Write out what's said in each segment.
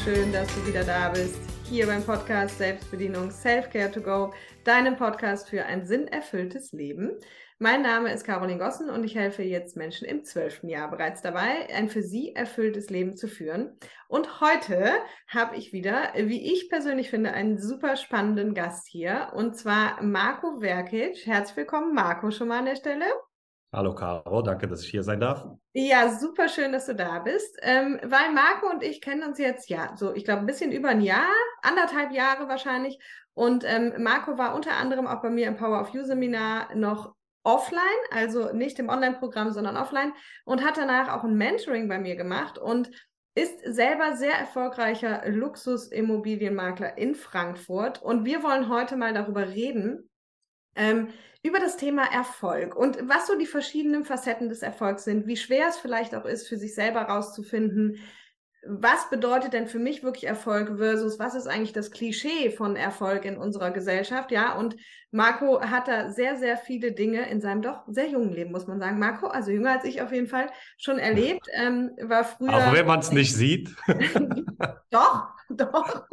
schön, dass du wieder da bist. Hier beim Podcast Selbstbedienung Self-Care to Go, deinem Podcast für ein sinnerfülltes Leben. Mein Name ist Caroline Gossen und ich helfe jetzt Menschen im 12. Jahr bereits dabei, ein für sie erfülltes Leben zu führen. Und heute habe ich wieder, wie ich persönlich finde, einen super spannenden Gast hier, und zwar Marco Verkic. Herzlich willkommen, Marco, schon mal an der Stelle. Hallo Caro, danke, dass ich hier sein darf. Ja, super schön, dass du da bist, weil Marco und ich kennen uns jetzt, ja, so, ich glaube, ein bisschen über ein Jahr, 1,5 Jahre wahrscheinlich. Und Marco war unter anderem auch bei mir im Power of You Seminar noch offline, also nicht im Online-Programm, sondern offline, und hat danach auch ein Mentoring bei mir gemacht und ist selber sehr erfolgreicher Luxusimmobilienmakler in Frankfurt. Und wir wollen heute mal darüber reden, über das Thema Erfolg und was so die verschiedenen Facetten des Erfolgs sind, wie schwer es vielleicht auch ist, für sich selber rauszufinden, was bedeutet denn für mich wirklich Erfolg versus was ist eigentlich das Klischee von Erfolg in unserer Gesellschaft, ja, und Marco hat da sehr, sehr viele Dinge in seinem doch sehr jungen Leben, muss man sagen. Marco, also jünger als ich auf jeden Fall, schon erlebt, war Auch früher... wenn man es nicht sieht. Doch, doch.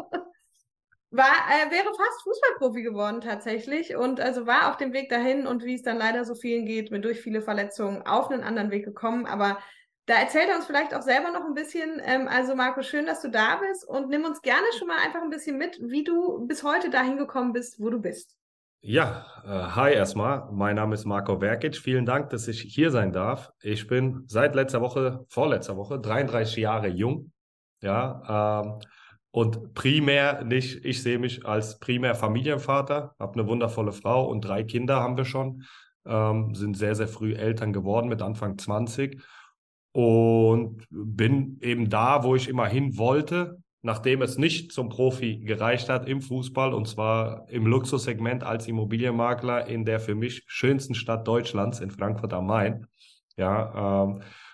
Wäre fast Fußballprofi geworden tatsächlich und also war auf dem Weg dahin und wie es dann leider so vielen geht, mit durch viele Verletzungen auf einen anderen Weg gekommen, aber da erzählt er uns vielleicht auch selber noch ein bisschen. Also Marco, schön, dass du da bist und nimm uns gerne schon mal einfach ein bisschen mit, wie du bis heute dahin gekommen bist, wo du bist. Ja, hi erstmal. Mein Name ist Marco Verkic. Vielen Dank, dass ich hier sein darf. Ich bin seit vorletzter Woche, 33 Jahre jung. Ja, und primär nicht, ich sehe mich als primär Familienvater, habe eine wundervolle Frau und 3 Kinder haben wir schon, sind sehr, sehr früh Eltern geworden mit Anfang 20 und bin eben da, wo ich immer hin wollte, nachdem es nicht zum Profi gereicht hat im Fußball, und zwar im Luxussegment als Immobilienmakler in der für mich schönsten Stadt Deutschlands, in Frankfurt am Main. Ja,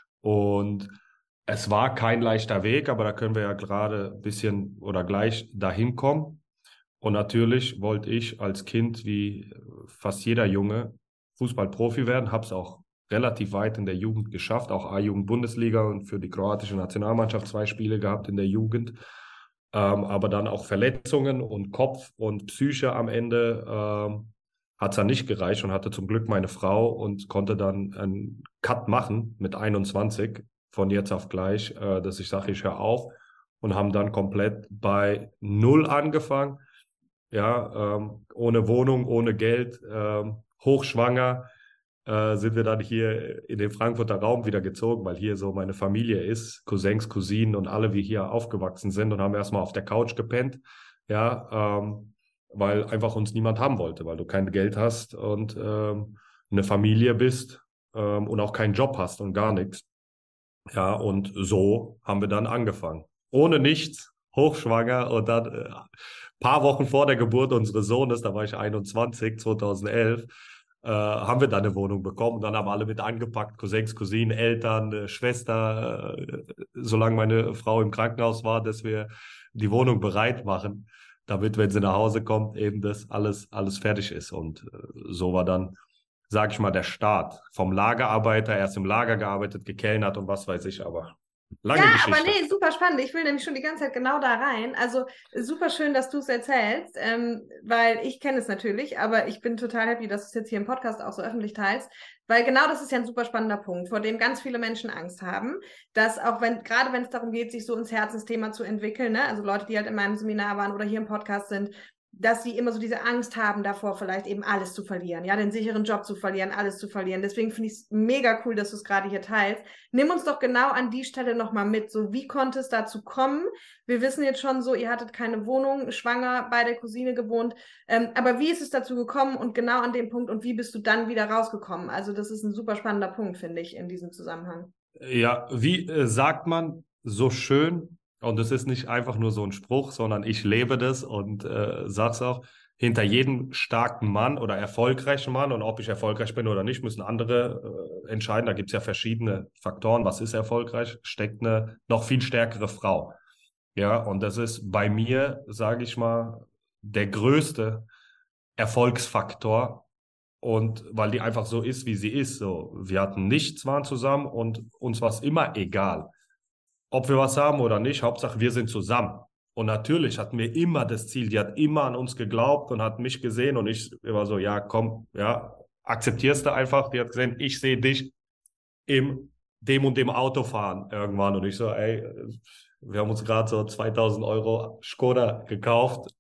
und es war kein leichter Weg, aber da können wir ja gerade ein bisschen oder gleich dahin kommen. Und natürlich wollte ich als Kind, wie fast jeder Junge, Fußballprofi werden, habe es auch relativ weit in der Jugend geschafft, auch A-Jugend-Bundesliga und für die kroatische Nationalmannschaft 2 Spiele gehabt in der Jugend. Aber dann auch Verletzungen und Kopf und Psyche am Ende hat es dann nicht gereicht und hatte zum Glück meine Frau und konnte dann einen Cut machen mit 21 von jetzt auf gleich, dass ich sage, ich höre auf, und haben dann komplett bei Null angefangen. Ja, ohne Wohnung, ohne Geld, hochschwanger, sind wir dann hier in den Frankfurter Raum wieder gezogen, weil hier so meine Familie ist, Cousins, Cousinen und alle, wie hier aufgewachsen sind, und haben erstmal auf der Couch gepennt, ja, weil einfach uns niemand haben wollte, weil du kein Geld hast und eine Familie bist und auch keinen Job hast und gar nichts. Ja, und so haben wir dann angefangen. Ohne nichts, hochschwanger, und dann paar Wochen vor der Geburt unseres Sohnes, da war ich 21, 2011, haben wir dann eine Wohnung bekommen. Und dann haben alle mit angepackt, Cousins, Cousinen, Eltern, Schwester, solange meine Frau im Krankenhaus war, dass wir die Wohnung bereit machen, damit, wenn sie nach Hause kommt, eben das alles fertig ist. Und so war dann, sag ich mal, der Start. Vom Lagerarbeiter, erst im Lager gearbeitet, gekellnert und was weiß ich, aber Ja, lange aber Geschichte. nee, super spannend. Ich will nämlich schon die ganze Zeit genau da rein. Also super schön, dass du es erzählst, weil ich kenne es natürlich, aber ich bin total happy, dass du es jetzt hier im Podcast auch so öffentlich teilst, weil genau das ist ja ein super spannender Punkt, vor dem ganz viele Menschen Angst haben, dass auch wenn, gerade wenn es darum geht, sich so ins Herzensthema zu entwickeln, ne, also Leute, die halt in meinem Seminar waren oder hier im Podcast sind, dass sie immer so diese Angst haben davor, vielleicht eben alles zu verlieren, ja, den sicheren Job zu verlieren, alles zu verlieren. Deswegen finde ich es mega cool, dass du es gerade hier teilst. Nimm uns doch genau an die Stelle nochmal mit. So, wie konnte es dazu kommen? Wir wissen jetzt schon so, ihr hattet keine Wohnung, schwanger, bei der Cousine gewohnt. Aber wie ist es dazu gekommen und genau an dem Punkt und wie bist du dann wieder rausgekommen? Also das ist ein super spannender Punkt, finde ich, in diesem Zusammenhang. Ja, wie sagt man so schön, und es ist nicht einfach nur so ein Spruch, sondern ich lebe das und sag's auch, hinter jedem starken Mann oder erfolgreichen Mann, und ob ich erfolgreich bin oder nicht, müssen andere entscheiden. Da gibt's ja verschiedene Faktoren. Was ist erfolgreich? Steckt eine noch viel stärkere Frau. Ja, und das ist bei mir, sage ich mal, der größte Erfolgsfaktor. Und weil die einfach so ist, wie sie ist. So, wir hatten nichts, waren zusammen, und uns war es immer egal, ob wir was haben oder nicht. Hauptsache, wir sind zusammen. Und natürlich hatten wir immer das Ziel, die hat immer an uns geglaubt und hat mich gesehen und ich immer so, ja, komm, ja, akzeptierst du einfach. Die hat gesehen, ich sehe dich im dem und dem Auto fahren irgendwann. Und ich so, ey, wir haben uns gerade so 2.000 € Skoda gekauft,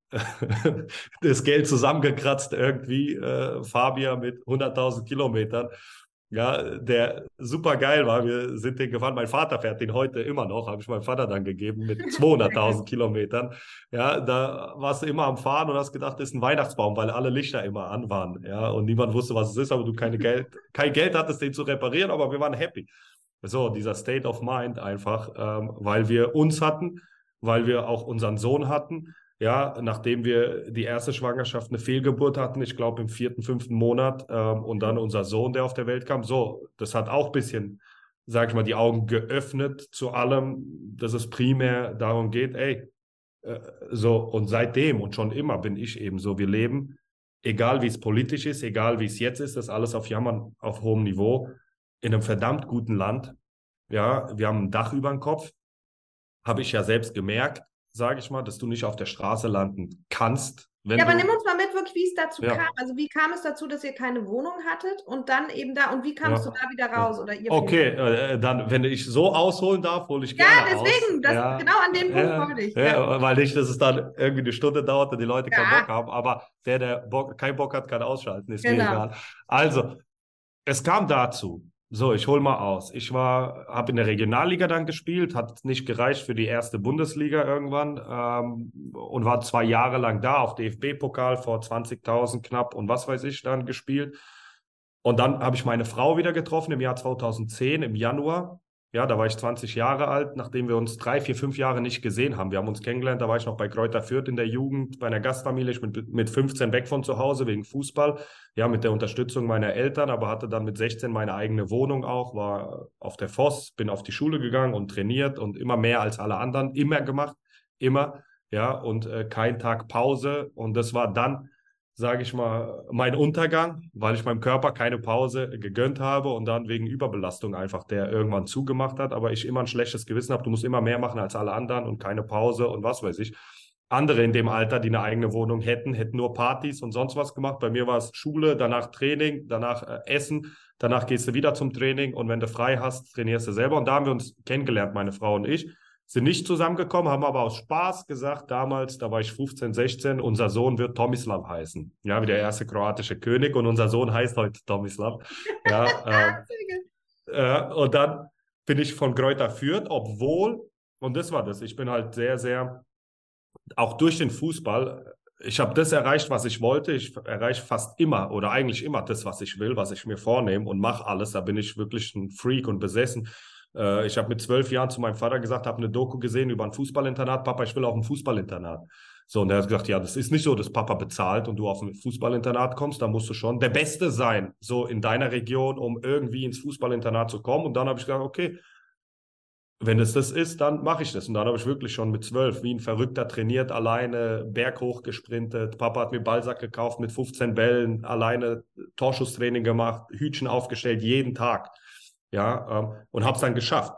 das Geld zusammengekratzt irgendwie, Fabia mit 100.000 Kilometern. Ja, der super geil war. Wir sind den gefahren. Mein Vater fährt den heute immer noch, habe ich meinem Vater dann gegeben, mit 200.000 Kilometern. Ja, da warst du immer am Fahren und hast gedacht, das ist ein Weihnachtsbaum, weil alle Lichter immer an waren. Ja, und niemand wusste, was es ist, aber du kein Geld hattest, den zu reparieren, aber wir waren happy. So, dieser State of Mind einfach, weil wir uns hatten, weil wir auch unseren Sohn hatten. Ja, nachdem wir die erste Schwangerschaft eine Fehlgeburt hatten, ich glaube im 4., 5. Monat, und dann unser Sohn, der auf der Welt kam. So, das hat auch ein bisschen, sag ich mal, die Augen geöffnet zu allem, dass es primär darum geht, ey, so, und seitdem und schon immer bin ich eben so, wir leben, egal wie es politisch ist, egal wie es jetzt ist, das alles auf Jammern auf hohem Niveau, in einem verdammt guten Land. Ja, wir haben ein Dach über dem Kopf, habe ich ja selbst gemerkt, sage ich mal, dass du nicht auf der Straße landen kannst, wenn Ja, aber du, nimm uns mal mit, wirklich, wie es dazu kam. ja, Also wie kam es dazu, dass ihr keine Wohnung hattet und dann eben da, und wie kamst du ja. da wieder Ja. raus oder ihr Okay, vielmehr? dann, wenn ich so ausholen darf, hole ich Ja, gerne aus. deswegen, das, Ja, genau an den Punkt wollte ich. Ja, weil nicht, dass es dann irgendwie eine Stunde dauert und die Leute keinen Bock ja, haben, aber der keinen Bock hat, kann ausschalten, ist mir genau. egal. Also, es kam dazu. So, ich hole mal aus. Habe in der Regionalliga dann gespielt, hat nicht gereicht für die erste Bundesliga irgendwann, und war 2 Jahre lang da, auf DFB-Pokal vor 20.000 knapp und was weiß ich dann gespielt. Und dann habe ich meine Frau wieder getroffen im Jahr 2010, im Januar. Ja, da war ich 20 Jahre alt, nachdem wir uns 3, 4, 5 Jahre nicht gesehen haben. Wir haben uns kennengelernt, da war ich noch bei Greuther Fürth in der Jugend, bei einer Gastfamilie. Ich bin mit 15 weg von zu Hause wegen Fußball. Ja, mit der Unterstützung meiner Eltern, aber hatte dann mit 16 meine eigene Wohnung auch, war auf der Voss, bin auf die Schule gegangen und trainiert und immer mehr als alle anderen, immer gemacht, immer. Ja, und kein Tag Pause. Und das war dann, sage ich mal, mein Untergang, weil ich meinem Körper keine Pause gegönnt habe und dann wegen Überbelastung einfach der irgendwann zugemacht hat, aber ich immer ein schlechtes Gewissen habe, du musst immer mehr machen als alle anderen und keine Pause und was weiß ich. Andere in dem Alter, die eine eigene Wohnung hätten nur Partys und sonst was gemacht. Bei mir war es Schule, danach Training, danach Essen, danach gehst du wieder zum Training und wenn du frei hast, trainierst du selber. Und da haben wir uns kennengelernt, meine Frau und ich. Sind nicht zusammengekommen, haben aber aus Spaß gesagt, damals, da war ich 15, 16, unser Sohn wird Tomislav heißen. Ja, wie der erste kroatische König und unser Sohn heißt heute Tomislav. Ja, und dann bin ich von Greuther Fürth, obwohl, und das war das, ich bin halt sehr, sehr, auch durch den Fußball, ich habe das erreicht, was ich wollte. Ich erreiche fast immer oder eigentlich immer das, was ich will, was ich mir vornehme und mache alles. Da bin ich wirklich ein Freak und besessen. Ich habe mit 12 Jahren zu meinem Vater gesagt, habe eine Doku gesehen über ein Fußballinternat. Papa, ich will auf ein Fußballinternat. So, und er hat gesagt, ja, das ist nicht so, dass Papa bezahlt und du auf ein Fußballinternat kommst. Da musst du schon der Beste sein, so in deiner Region, um irgendwie ins Fußballinternat zu kommen. Und dann habe ich gesagt, okay, wenn es das ist, dann mache ich das. Und dann habe ich wirklich schon mit 12 wie ein Verrückter trainiert, alleine berghoch gesprintet. Papa hat mir Ballsack gekauft mit 15 Bällen, alleine Torschusstraining gemacht, Hütchen aufgestellt, jeden Tag. Ja, und habe es dann geschafft.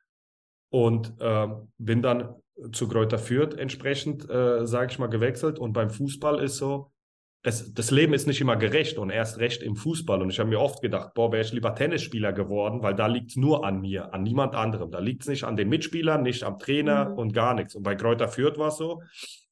Und bin dann zu Greuther Fürth entsprechend, sage ich mal, gewechselt. Und beim Fußball ist so, das Leben ist nicht immer gerecht und erst recht im Fußball. Und ich habe mir oft gedacht, boah, wäre ich lieber Tennisspieler geworden, weil da liegt es nur an mir, an niemand anderem. Da liegt es nicht an den Mitspielern, nicht am Trainer und gar nichts. Und bei Greuther Fürth war es so,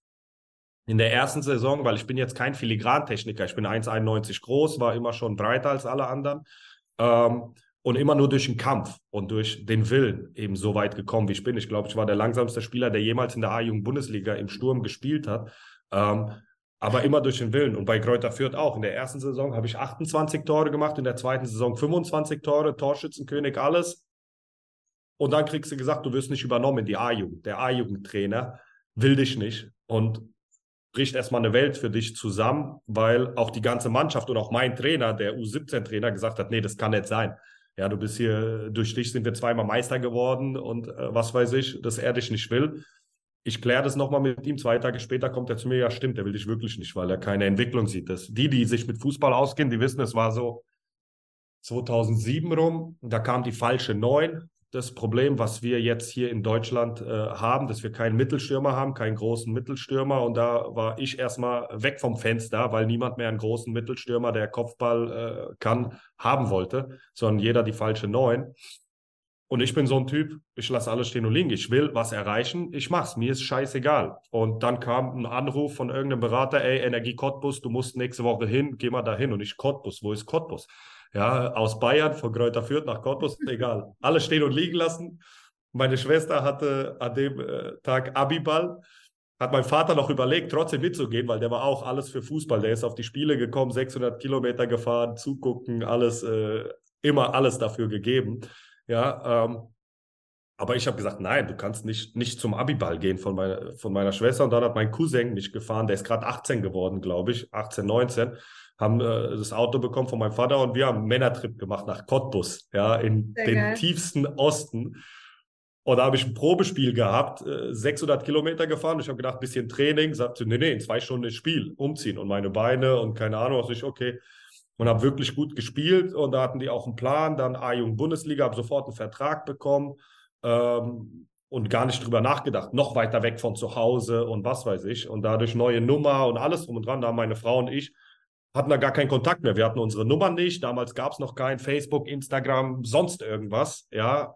in der ersten Saison, weil ich bin jetzt kein Filigrantechniker, ich bin 1,91 groß, war immer schon breiter als alle anderen. Und immer nur durch den Kampf und durch den Willen eben so weit gekommen, wie ich bin. Ich glaube, ich war der langsamste Spieler, der jemals in der A-Jugend-Bundesliga im Sturm gespielt hat. Aber immer durch den Willen. Und bei Greuther Fürth auch. In der ersten Saison habe ich 28 Tore gemacht, in der zweiten Saison 25 Tore, Torschützenkönig, alles. Und dann kriegst du gesagt, du wirst nicht übernommen in die A-Jugend. Der A-Jugendtrainer will dich nicht und bricht erstmal eine Welt für dich zusammen, weil auch die ganze Mannschaft und auch mein Trainer, der U17-Trainer, gesagt hat, nee, das kann nicht sein. Ja, du bist hier, durch dich sind wir zweimal Meister geworden und was weiß ich, dass er dich nicht will. Ich kläre das nochmal mit ihm. 2 Tage später kommt er zu mir, ja stimmt, der will dich wirklich nicht, weil er keine Entwicklung sieht. Die sich mit Fußball auskennen, die wissen, es war so 2007 rum, da kam die falsche 9. das Problem, was wir jetzt hier in Deutschland haben, dass wir keinen Mittelstürmer haben, keinen großen Mittelstürmer. Und da war ich erstmal weg vom Fenster, weil niemand mehr einen großen Mittelstürmer, der Kopfball kann, haben wollte, sondern jeder die falsche Neun. Und ich bin so ein Typ, ich lasse alles stehen und liegen. Ich will was erreichen, ich mach's. Mir ist scheißegal. Und dann kam ein Anruf von irgendeinem Berater, ey, Energie Cottbus, du musst nächste Woche hin, geh mal dahin. Und ich, Cottbus, wo ist Cottbus? Ja, aus Bayern, von Greuther Fürth nach Cottbus, egal. Alles stehen und liegen lassen. Meine Schwester hatte an dem Tag Abiball. Hat mein Vater noch überlegt, trotzdem mitzugehen, weil der war auch alles für Fußball. Der ist auf die Spiele gekommen, 600 Kilometer gefahren, zugucken, alles, immer alles dafür gegeben. Ja, aber ich habe gesagt, nein, du kannst nicht zum Abiball gehen von meiner Schwester. Und dann hat mein Cousin mich gefahren, der ist gerade 18 geworden, glaube ich, 18, 19, haben das Auto bekommen von meinem Vater und wir haben einen Männertrip gemacht nach Cottbus, ja, in Sehr den geil. tiefsten Osten. Und da habe ich ein Probespiel gehabt, 600 Kilometer gefahren. Ich habe gedacht, bisschen Training. Sagte, nee, in 2 Stunden ist Spiel, umziehen. Und meine Beine und keine Ahnung, was ich, okay. Und habe wirklich gut gespielt. Und da hatten die auch einen Plan. Dann A-Jugend-Bundesliga, habe sofort einen Vertrag bekommen. Und gar nicht drüber nachgedacht. Noch weiter weg von zu Hause und was weiß ich. Und dadurch neue Nummer und alles drum und dran. Da haben meine Frau und ich hatten da gar keinen Kontakt mehr. Wir hatten unsere Nummern nicht. Damals gab es noch kein Facebook, Instagram, sonst irgendwas. Ja,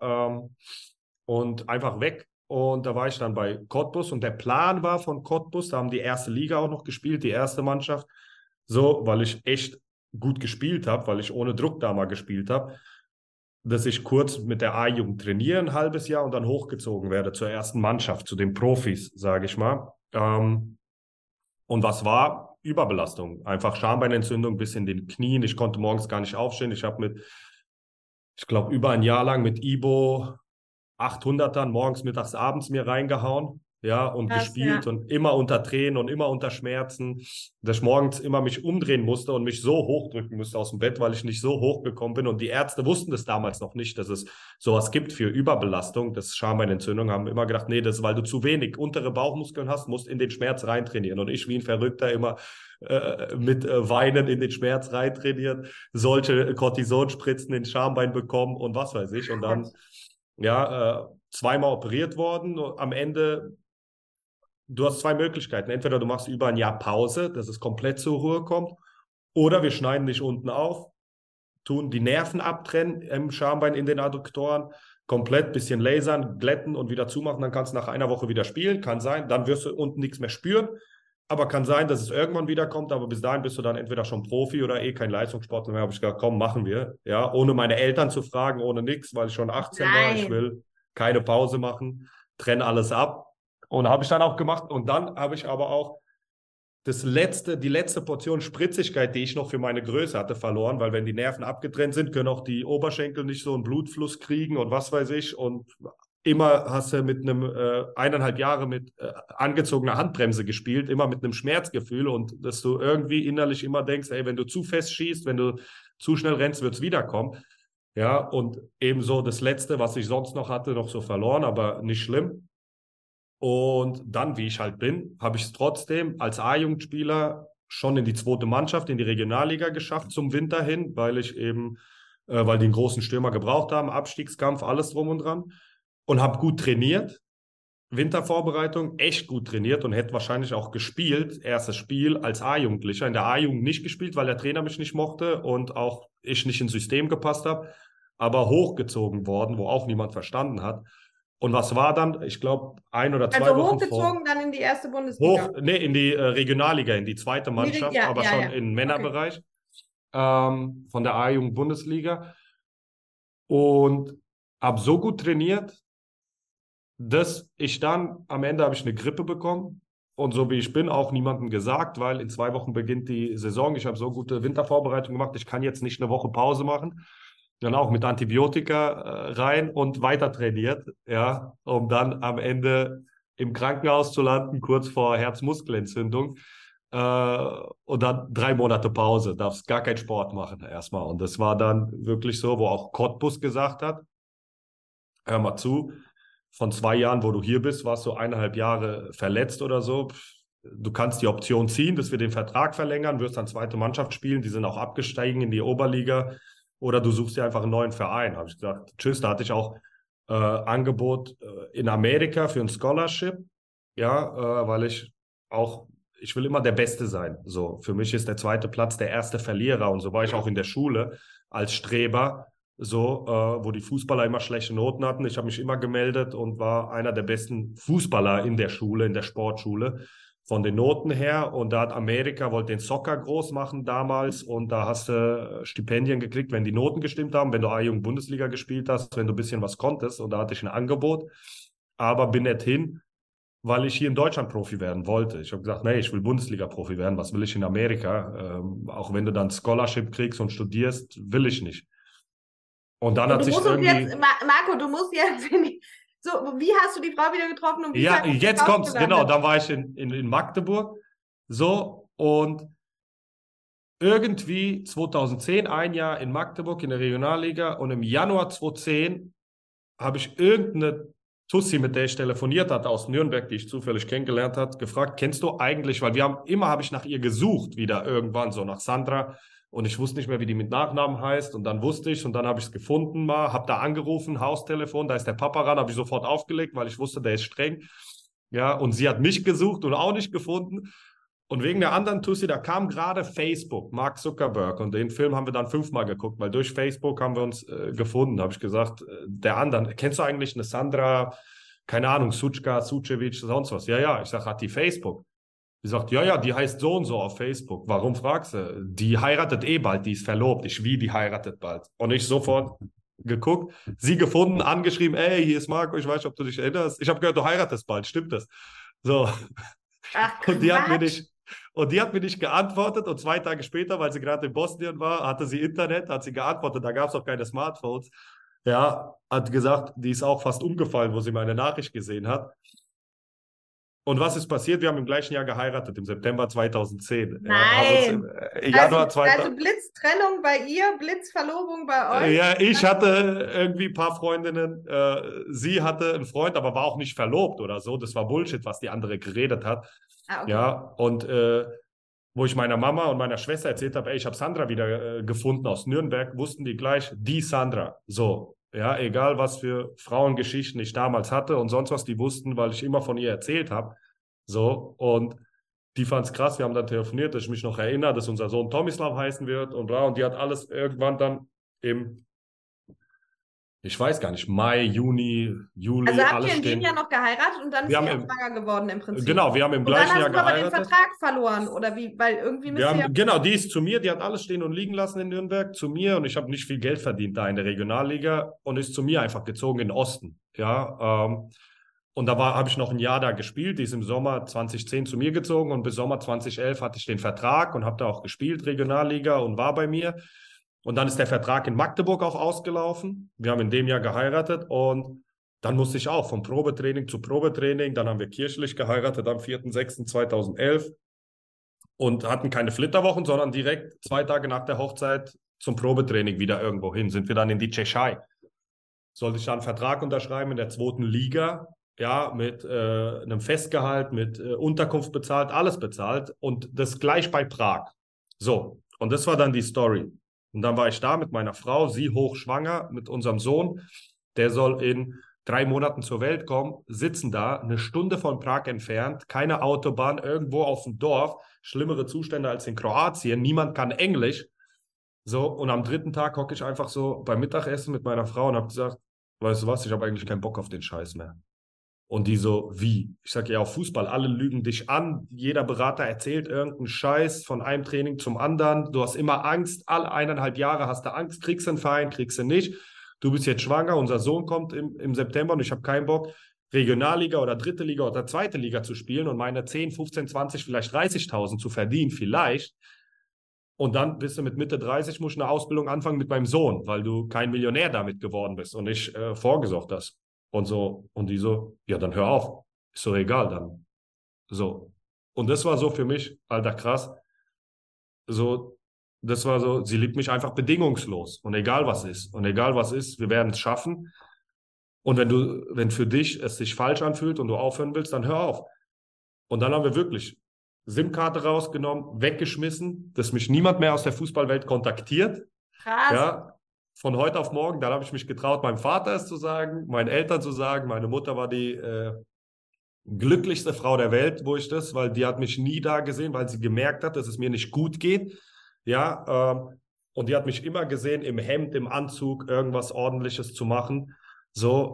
und einfach weg. Und da war ich dann bei Cottbus und der Plan war von Cottbus, da haben die erste Liga auch noch gespielt, die erste Mannschaft, so, weil ich echt gut gespielt habe, weil ich ohne Druck da mal gespielt habe, dass ich kurz mit der A-Jugend trainiere, ein halbes Jahr und dann hochgezogen werde zur ersten Mannschaft, zu den Profis, sage ich mal. Und was war? Überbelastung, einfach Schambeinentzündung bis in den Knien. Ich konnte morgens gar nicht aufstehen. Ich habe ich glaube, über ein Jahr lang mit Ibo 800ern morgens, mittags, abends mir reingehauen, ja, und Krass, gespielt ja. und immer unter Tränen und immer unter Schmerzen, dass ich morgens immer mich umdrehen musste und mich so hochdrücken musste aus dem Bett, weil ich nicht so hochgekommen bin. Und die Ärzte wussten das damals noch nicht, dass es sowas gibt für Überbelastung, das Schambeinentzündung, haben immer gedacht, nee, das ist, weil du zu wenig untere Bauchmuskeln hast, musst in den Schmerz reintrainieren. Und ich wie ein Verrückter immer mit Weinen in den Schmerz reintrainieren, solche Cortisonspritzen ins Schambein bekommen und was weiß ich. Und dann ja, 2-mal operiert worden. Am Ende, du hast 2 Möglichkeiten. Entweder du machst über ein Jahr Pause, dass es komplett zur Ruhe kommt, oder wir schneiden dich unten auf, tun die Nerven abtrennen im Schambein in den Adduktoren, komplett bisschen lasern, glätten und wieder zumachen. Dann kannst du nach einer Woche wieder spielen. Kann sein, dann wirst du unten nichts mehr spüren. Aber kann sein, dass es irgendwann wieder kommt. Aber bis dahin bist du dann entweder schon Profi oder kein Leistungssportler mehr. Habe ich gesagt, komm, machen wir. Ja, ohne meine Eltern zu fragen, ohne nichts, weil ich schon 18 war. Ich Nein. will keine Pause machen, trenne alles ab. Und habe ich dann auch gemacht. Und dann habe ich aber auch die letzte Portion Spritzigkeit, die ich noch für meine Größe hatte, verloren, weil wenn die Nerven abgetrennt sind, können auch die Oberschenkel nicht so einen Blutfluss kriegen und was weiß ich. Und immer hast du mit einem 1,5 Jahre mit angezogener Handbremse gespielt, immer mit einem Schmerzgefühl und dass du irgendwie innerlich immer denkst, ey, wenn du zu fest schießt, wenn du zu schnell rennst, wird es wiederkommen. Ja, und ebenso das Letzte, was ich sonst noch hatte, noch so verloren, aber nicht schlimm. Und dann, wie ich halt bin, habe ich es trotzdem als A-Jugendspieler schon in die 2. Mannschaft, in die Regionalliga geschafft zum Winter hin, weil ich eben, weil die einen großen Stürmer gebraucht haben, Abstiegskampf, alles drum und dran. Und habe gut trainiert, Wintervorbereitung, echt gut trainiert und hätte wahrscheinlich auch gespielt, erstes Spiel als A-Jugendlicher. In der A-Jugend nicht gespielt, weil der Trainer mich nicht mochte und auch ich nicht ins System gepasst habe, aber hochgezogen worden, wo auch niemand verstanden hat. Und was war dann? Ich glaube, 1 oder 2 Also Wochen hochgezogen dann in die erste Bundesliga. in die Regionalliga, in die 2. Mannschaft, Ja, aber ja, schon ja. im Okay. Männerbereich von der A-Jugend-Bundesliga. Und habe so gut trainiert, dass ich dann, am Ende habe ich eine Grippe bekommen und so wie ich bin, auch niemandem gesagt, weil in 2 Wochen beginnt die Saison. Ich habe so gute Wintervorbereitung gemacht, ich kann jetzt nicht eine Woche Pause machen. Dann auch mit Antibiotika rein und weiter trainiert, ja, um dann am Ende im Krankenhaus zu landen, kurz vor Herzmuskelentzündung. Und dann 3 Monate Pause, darfst gar keinen Sport machen erstmal. Und das war dann wirklich so, wo auch Cottbus gesagt hat, hör mal zu, von 2 Jahren, wo du hier bist, warst du 1,5 Jahre verletzt oder so. Du kannst die Option ziehen, dass wir den Vertrag verlängern, wirst dann 2. Mannschaft spielen, die sind auch abgestiegen in die Oberliga. Oder du suchst dir einfach einen neuen Verein. Habe ich gesagt, tschüss, da hatte ich auch Angebot in Amerika für ein Scholarship, ja, weil ich will immer der Beste sein. So, für mich ist der zweite Platz der erste Verlierer und so war ich auch in der Schule als Streber, so, wo die Fußballer immer schlechte Noten hatten. Ich habe mich immer gemeldet und war einer der besten Fußballer in der Schule, in der Sportschule von den Noten her. Und da hat Amerika, wollte den Soccer groß machen damals und da hast du Stipendien gekriegt, wenn die Noten gestimmt haben, wenn du A-Jugend Bundesliga gespielt hast, wenn du ein bisschen was konntest. Und da hatte ich ein Angebot, aber bin nicht hin, weil ich hier in Deutschland Profi werden wollte. Ich habe gesagt, nee, ich will Bundesliga-Profi werden. Was will ich in Amerika? Auch wenn du dann Scholarship kriegst und studierst, will ich nicht. Und dann Und hat du sich musst uns irgendwie... jetzt, Marco, du musst jetzt, so, wie hast du die Frau wieder getroffen und wie Ja, seid ihr jetzt kommt's, genau. gelandet? Dann war ich in Magdeburg. So, und irgendwie 2010, ein Jahr in Magdeburg in der Regionalliga und im Januar 2010 habe ich irgendeine Tussi, mit der ich telefoniert hatte aus Nürnberg, die ich zufällig kennengelernt habe, gefragt, kennst du eigentlich, weil habe ich nach ihr gesucht, wieder irgendwann, so nach Sandra und ich wusste nicht mehr, wie die mit Nachnamen heißt und dann wusste ich und dann habe ich es gefunden mal, habe da angerufen, Haustelefon, da ist der Papa ran, habe ich sofort aufgelegt, weil ich wusste, der ist streng. Ja, und sie hat mich gesucht und auch nicht gefunden. Und wegen der anderen Tussi, da kam gerade Facebook, Mark Zuckerberg. Und den Film haben wir dann 5-mal geguckt, weil durch Facebook haben wir uns gefunden. Da habe ich gesagt, der anderen, kennst du eigentlich eine Sandra, keine Ahnung, Suchka, Sucevic, sonst was? Ja, ja. Ich sage, hat die Facebook? Die sagt, ja, ja, die heißt so und so auf Facebook. Warum fragst du? Die heiratet eh bald, die ist verlobt. Die heiratet bald. Und ich sofort geguckt, sie gefunden, angeschrieben, ey, hier ist Marco, ich weiß nicht, ob du dich erinnerst. Ich habe gehört, du heiratest bald, stimmt das? So, Ach, und die hat mir Quatsch. nicht, und die hat mir nicht geantwortet. Und 2 Tage später, weil sie gerade in Bosnien war, hatte sie Internet, hat sie geantwortet. Da gab es auch keine Smartphones. Ja, hat gesagt, die ist auch fast umgefallen, wo sie meine Nachricht gesehen hat. Und was ist passiert? Wir haben im gleichen Jahr geheiratet, im September 2010. Ja, haben uns im Nein. Januar Also Blitztrennung bei ihr, Blitzverlobung bei euch. ja, ich hatte irgendwie ein paar Freundinnen. Sie hatte einen Freund, aber war auch nicht verlobt oder so. Das war Bullshit, was die andere geredet hat. Ah, okay. Ja, und wo ich meiner Mama und meiner Schwester erzählt habe, ey, ich habe Sandra wieder gefunden aus Nürnberg, wussten die gleich, die Sandra. So, ja, egal was für Frauengeschichten ich damals hatte und sonst was, die wussten, weil ich immer von ihr erzählt habe. So, und die fand es krass, wir haben dann telefoniert, dass ich mich noch erinnere, dass unser Sohn Tomislav heißen wird und bla. Und die hat alles irgendwann dann im, ich weiß gar nicht, Mai, Juni, Also Juli, habt ihr alles in dem Jahr stehen. noch geheiratet und dann ist Wir sie haben auch im, schwanger geworden im Prinzip. genau, wir haben im Und dann gleichen hast Jahr du aber den geheiratet. Vertrag verloren, oder wie? Weil irgendwie müsst ihr ja. Genau, die ist zu mir, die hat alles stehen und liegen lassen in Nürnberg, zu mir und ich habe nicht viel Geld verdient da in der Regionalliga und ist zu mir einfach gezogen in den Osten. Ja, und da habe ich noch ein Jahr da gespielt, die ist im Sommer 2010 zu mir gezogen und bis Sommer 2011 hatte ich den Vertrag und habe da auch gespielt, Regionalliga und war bei mir. Und dann ist der Vertrag in Magdeburg auch ausgelaufen. Wir haben in dem Jahr geheiratet und dann musste ich auch vom Probetraining zu Probetraining. Dann haben wir kirchlich geheiratet am 4.6.2011 und hatten keine Flitterwochen, sondern direkt 2 Tage nach der Hochzeit zum Probetraining wieder irgendwo hin. Sind wir dann in die Tschechei. Sollte ich dann einen Vertrag unterschreiben in der 2. Liga, ja, mit einem Festgehalt, mit Unterkunft bezahlt, alles bezahlt und das gleich bei Prag. So, und das war dann die Story. Und dann war ich da mit meiner Frau, sie hochschwanger mit unserem Sohn. Der soll in 3 Monaten zur Welt kommen, sitzen da, eine Stunde von Prag entfernt, keine Autobahn, irgendwo auf dem Dorf, schlimmere Zustände als in Kroatien, niemand kann Englisch. So, und am 3. Tag hocke ich einfach so beim Mittagessen mit meiner Frau und habe gesagt, weißt du was, ich habe eigentlich keinen Bock auf den Scheiß mehr. Und die so, wie? Ich sage, ja, auf Fußball, alle lügen dich an. Jeder Berater erzählt irgendeinen Scheiß von einem Training zum anderen. Du hast immer Angst. Alle 1,5 Jahre hast du Angst. Kriegst du einen Verein, kriegst du nicht. Du bist jetzt schwanger. Unser Sohn kommt im September und ich habe keinen Bock, Regionalliga oder 3. Liga oder 2. Liga zu spielen und meine 10, 15, 20, vielleicht 30.000 zu verdienen, vielleicht. Und dann bist du mit Mitte 30, musst du eine Ausbildung anfangen mit meinem Sohn, weil du kein Millionär damit geworden bist und ich vorgesorgt hast. Und so, und die so, ja, dann hör auf. Ist so egal dann. So. Und das war so für mich, Alter, krass. So, das war so, sie liebt mich einfach bedingungslos. Und egal was ist. Und egal was ist, wir werden es schaffen. Und wenn für dich es sich falsch anfühlt und du aufhören willst, dann hör auf. Und dann haben wir wirklich SIM-Karte rausgenommen, weggeschmissen, dass mich niemand mehr aus der Fußballwelt kontaktiert. Krass. Ja. von heute auf morgen, dann habe ich mich getraut, meinem Vater es zu sagen, meinen Eltern zu sagen. Meine Mutter war die glücklichste Frau der Welt, wo ich das, weil die hat mich nie da gesehen, weil sie gemerkt hat, dass es mir nicht gut geht. Ja, und die hat mich immer gesehen, im Hemd, im Anzug, irgendwas Ordentliches zu machen. So,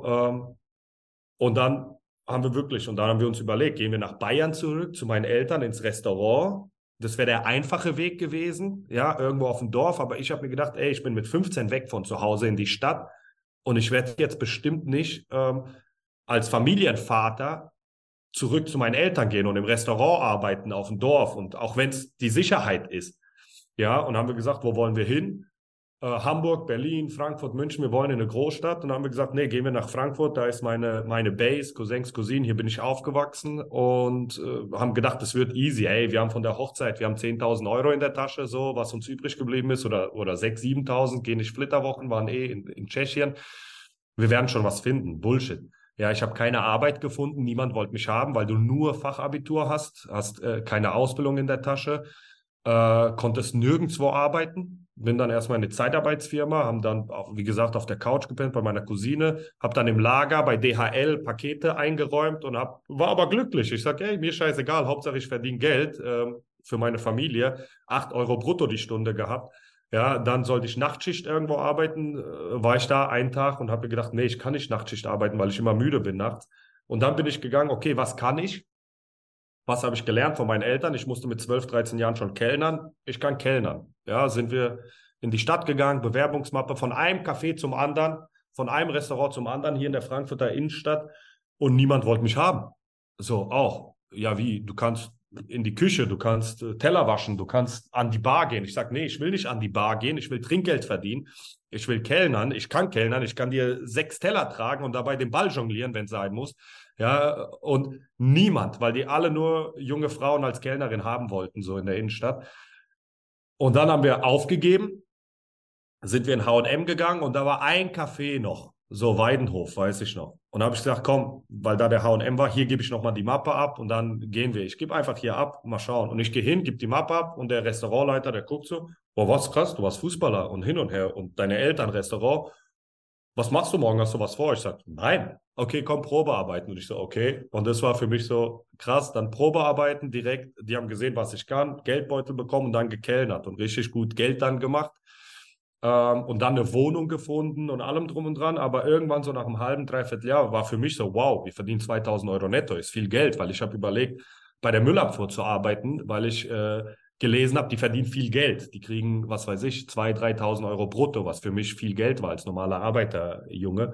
und dann und dann haben wir uns überlegt, gehen wir nach Bayern zurück, zu meinen Eltern ins Restaurant. Das wäre der einfache Weg gewesen, ja, irgendwo auf dem Dorf. Aber ich habe mir gedacht, ey, ich bin mit 15 weg von zu Hause in die Stadt und ich werde jetzt bestimmt nicht als Familienvater zurück zu meinen Eltern gehen und im Restaurant arbeiten auf dem Dorf und auch wenn es die Sicherheit ist. Ja, und haben wir gesagt, wo wollen wir hin? Hamburg, Berlin, Frankfurt, München, wir wollen in eine Großstadt. Und dann haben wir gesagt, nee, gehen wir nach Frankfurt, da ist meine Base, Cousins, Cousinen, hier bin ich aufgewachsen und haben gedacht, das wird easy. Ey, wir haben von der Hochzeit, wir haben 10.000 Euro in der Tasche, so, was uns übrig geblieben ist oder 6.000, 7.000, gehen nicht Flitterwochen, waren in Tschechien. Wir werden schon was finden. Bullshit. Ja, ich habe keine Arbeit gefunden, niemand wollte mich haben, weil du nur Fachabitur hast keine Ausbildung in der Tasche, konntest nirgendwo arbeiten. Bin dann erstmal in eine Zeitarbeitsfirma, haben dann, auch, wie gesagt, auf der Couch gepennt bei meiner Cousine, habe dann im Lager bei DHL Pakete eingeräumt und war aber glücklich. Ich sage, ey, mir scheißegal, Hauptsache ich verdiene Geld für meine Familie. 8 Euro brutto die Stunde gehabt. Ja, dann sollte ich Nachtschicht irgendwo arbeiten, war ich da einen Tag und habe mir gedacht, nee, ich kann nicht Nachtschicht arbeiten, weil ich immer müde bin nachts. Und dann bin ich gegangen, okay, was kann ich? Was habe ich gelernt von meinen Eltern? Ich musste mit 12, 13 Jahren schon kellnern. Ich kann kellnern. Ja, sind wir in die Stadt gegangen, Bewerbungsmappe von einem Café zum anderen, von einem Restaurant zum anderen hier in der Frankfurter Innenstadt und niemand wollte mich haben. So, auch. Ja, wie? Du kannst in die Küche, du kannst Teller waschen, du kannst an die Bar gehen. Ich sage, nee, ich will nicht an die Bar gehen, ich will Trinkgeld verdienen. Ich will kellnern, ich kann dir 6 Teller tragen und dabei den Ball jonglieren, wenn es sein muss. Ja, und niemand, weil die alle nur junge Frauen als Kellnerin haben wollten, so in der Innenstadt. Und dann haben wir aufgegeben, sind wir in H&M gegangen und da war ein Café noch, so Weidenhof, weiß ich noch. Und da habe ich gesagt, komm, weil da der H&M war, hier gebe ich nochmal die Mappe ab und dann gehen wir. Ich gebe einfach hier ab, mal schauen. Und ich gehe hin, gebe die Mappe ab und der Restaurantleiter, der guckt so, boah, was krass, du warst Fußballer und hin und her und deine Eltern Restaurant. Was machst du morgen? Hast du was vor? Ich sage, nein. Okay, komm, Probearbeiten. Und ich so, okay. Und das war für mich so krass. Dann Probearbeiten direkt. Die haben gesehen, was ich kann, Geldbeutel bekommen und dann gekellnert und richtig gut Geld dann gemacht. Und dann eine Wohnung gefunden und allem drum und dran. Aber irgendwann so nach einem halben, dreiviertel Jahr war für mich so, wow, wir verdienen 2.000 Euro netto. Ist viel Geld, weil ich habe überlegt, bei der Müllabfuhr zu arbeiten, weil ich gelesen habe, die verdienen viel Geld. Die kriegen, was weiß ich, 2.000, 3.000 Euro brutto, was für mich viel Geld war als normaler Arbeiterjunge.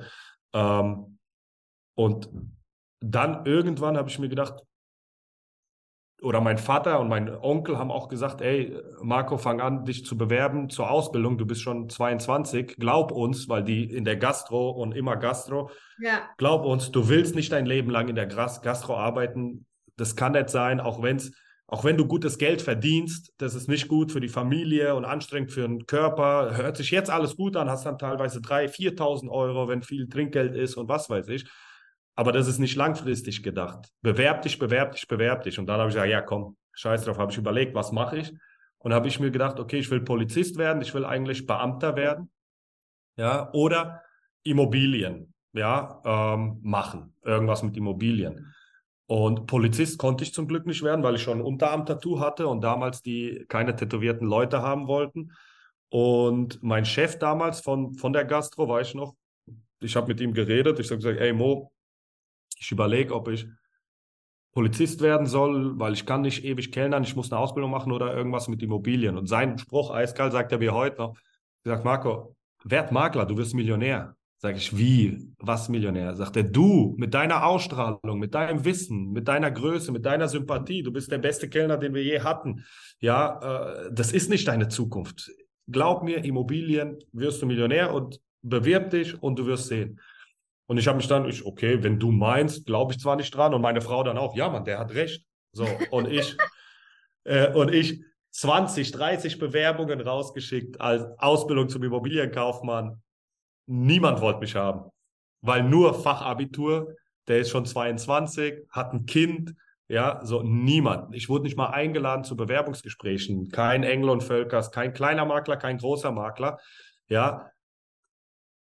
Und dann irgendwann habe ich mir gedacht, oder mein Vater und mein Onkel haben auch gesagt, ey, Marco, fang an, dich zu bewerben zur Ausbildung. Du bist schon 22. Glaub uns, weil die in der Gastro und immer Gastro, Ja. glaub uns, du willst nicht dein Leben lang in der Gastro arbeiten. Das kann nicht sein, auch wenn du gutes Geld verdienst, das ist nicht gut für die Familie und anstrengend für den Körper. Hört sich jetzt alles gut an, hast dann teilweise 3.000, 4.000 Euro, wenn viel Trinkgeld ist und was weiß ich. Aber das ist nicht langfristig gedacht. Bewerb dich, bewerb dich, bewerb dich. Und dann habe ich gesagt, ja komm, scheiß drauf, habe ich überlegt, was mache ich? Und habe ich mir gedacht, okay, ich will Polizist werden, ich will eigentlich Beamter werden, ja, oder Immobilien, ja, machen, irgendwas mit Immobilien. Und Polizist konnte ich zum Glück nicht werden, weil ich schon ein Unterarm-Tattoo hatte und damals die keine tätowierten Leute haben wollten. Und mein Chef damals von der Gastro, weiß ich noch, ich habe mit ihm geredet, ich habe gesagt, ey Mo, ich überlege, ob ich Polizist werden soll, weil ich kann nicht ewig kellnern, ich muss eine Ausbildung machen oder irgendwas mit Immobilien. Und sein Spruch, eiskalt, sagt er mir heute noch, ich sage, Marco, werd Makler, du wirst Millionär. Sag ich, wie? Was Millionär? Sagt er, du, mit deiner Ausstrahlung, mit deinem Wissen, mit deiner Größe, mit deiner Sympathie, du bist der beste Kellner, den wir je hatten. Ja, das ist nicht deine Zukunft. Glaub mir, Immobilien wirst du Millionär und bewirb dich und du wirst sehen. Und ich habe mich dann, okay, wenn du meinst, glaube ich zwar nicht dran. Und meine Frau dann auch, ja, Mann, der hat recht. So, und ich 20, 30 Bewerbungen rausgeschickt als Ausbildung zum Immobilienkaufmann. Niemand wollte mich haben, weil nur Fachabitur, der ist schon 22, hat ein Kind, ja, so niemand. Ich wurde nicht mal eingeladen zu Bewerbungsgesprächen. Kein Engel und Völkers, kein kleiner Makler, kein großer Makler, ja.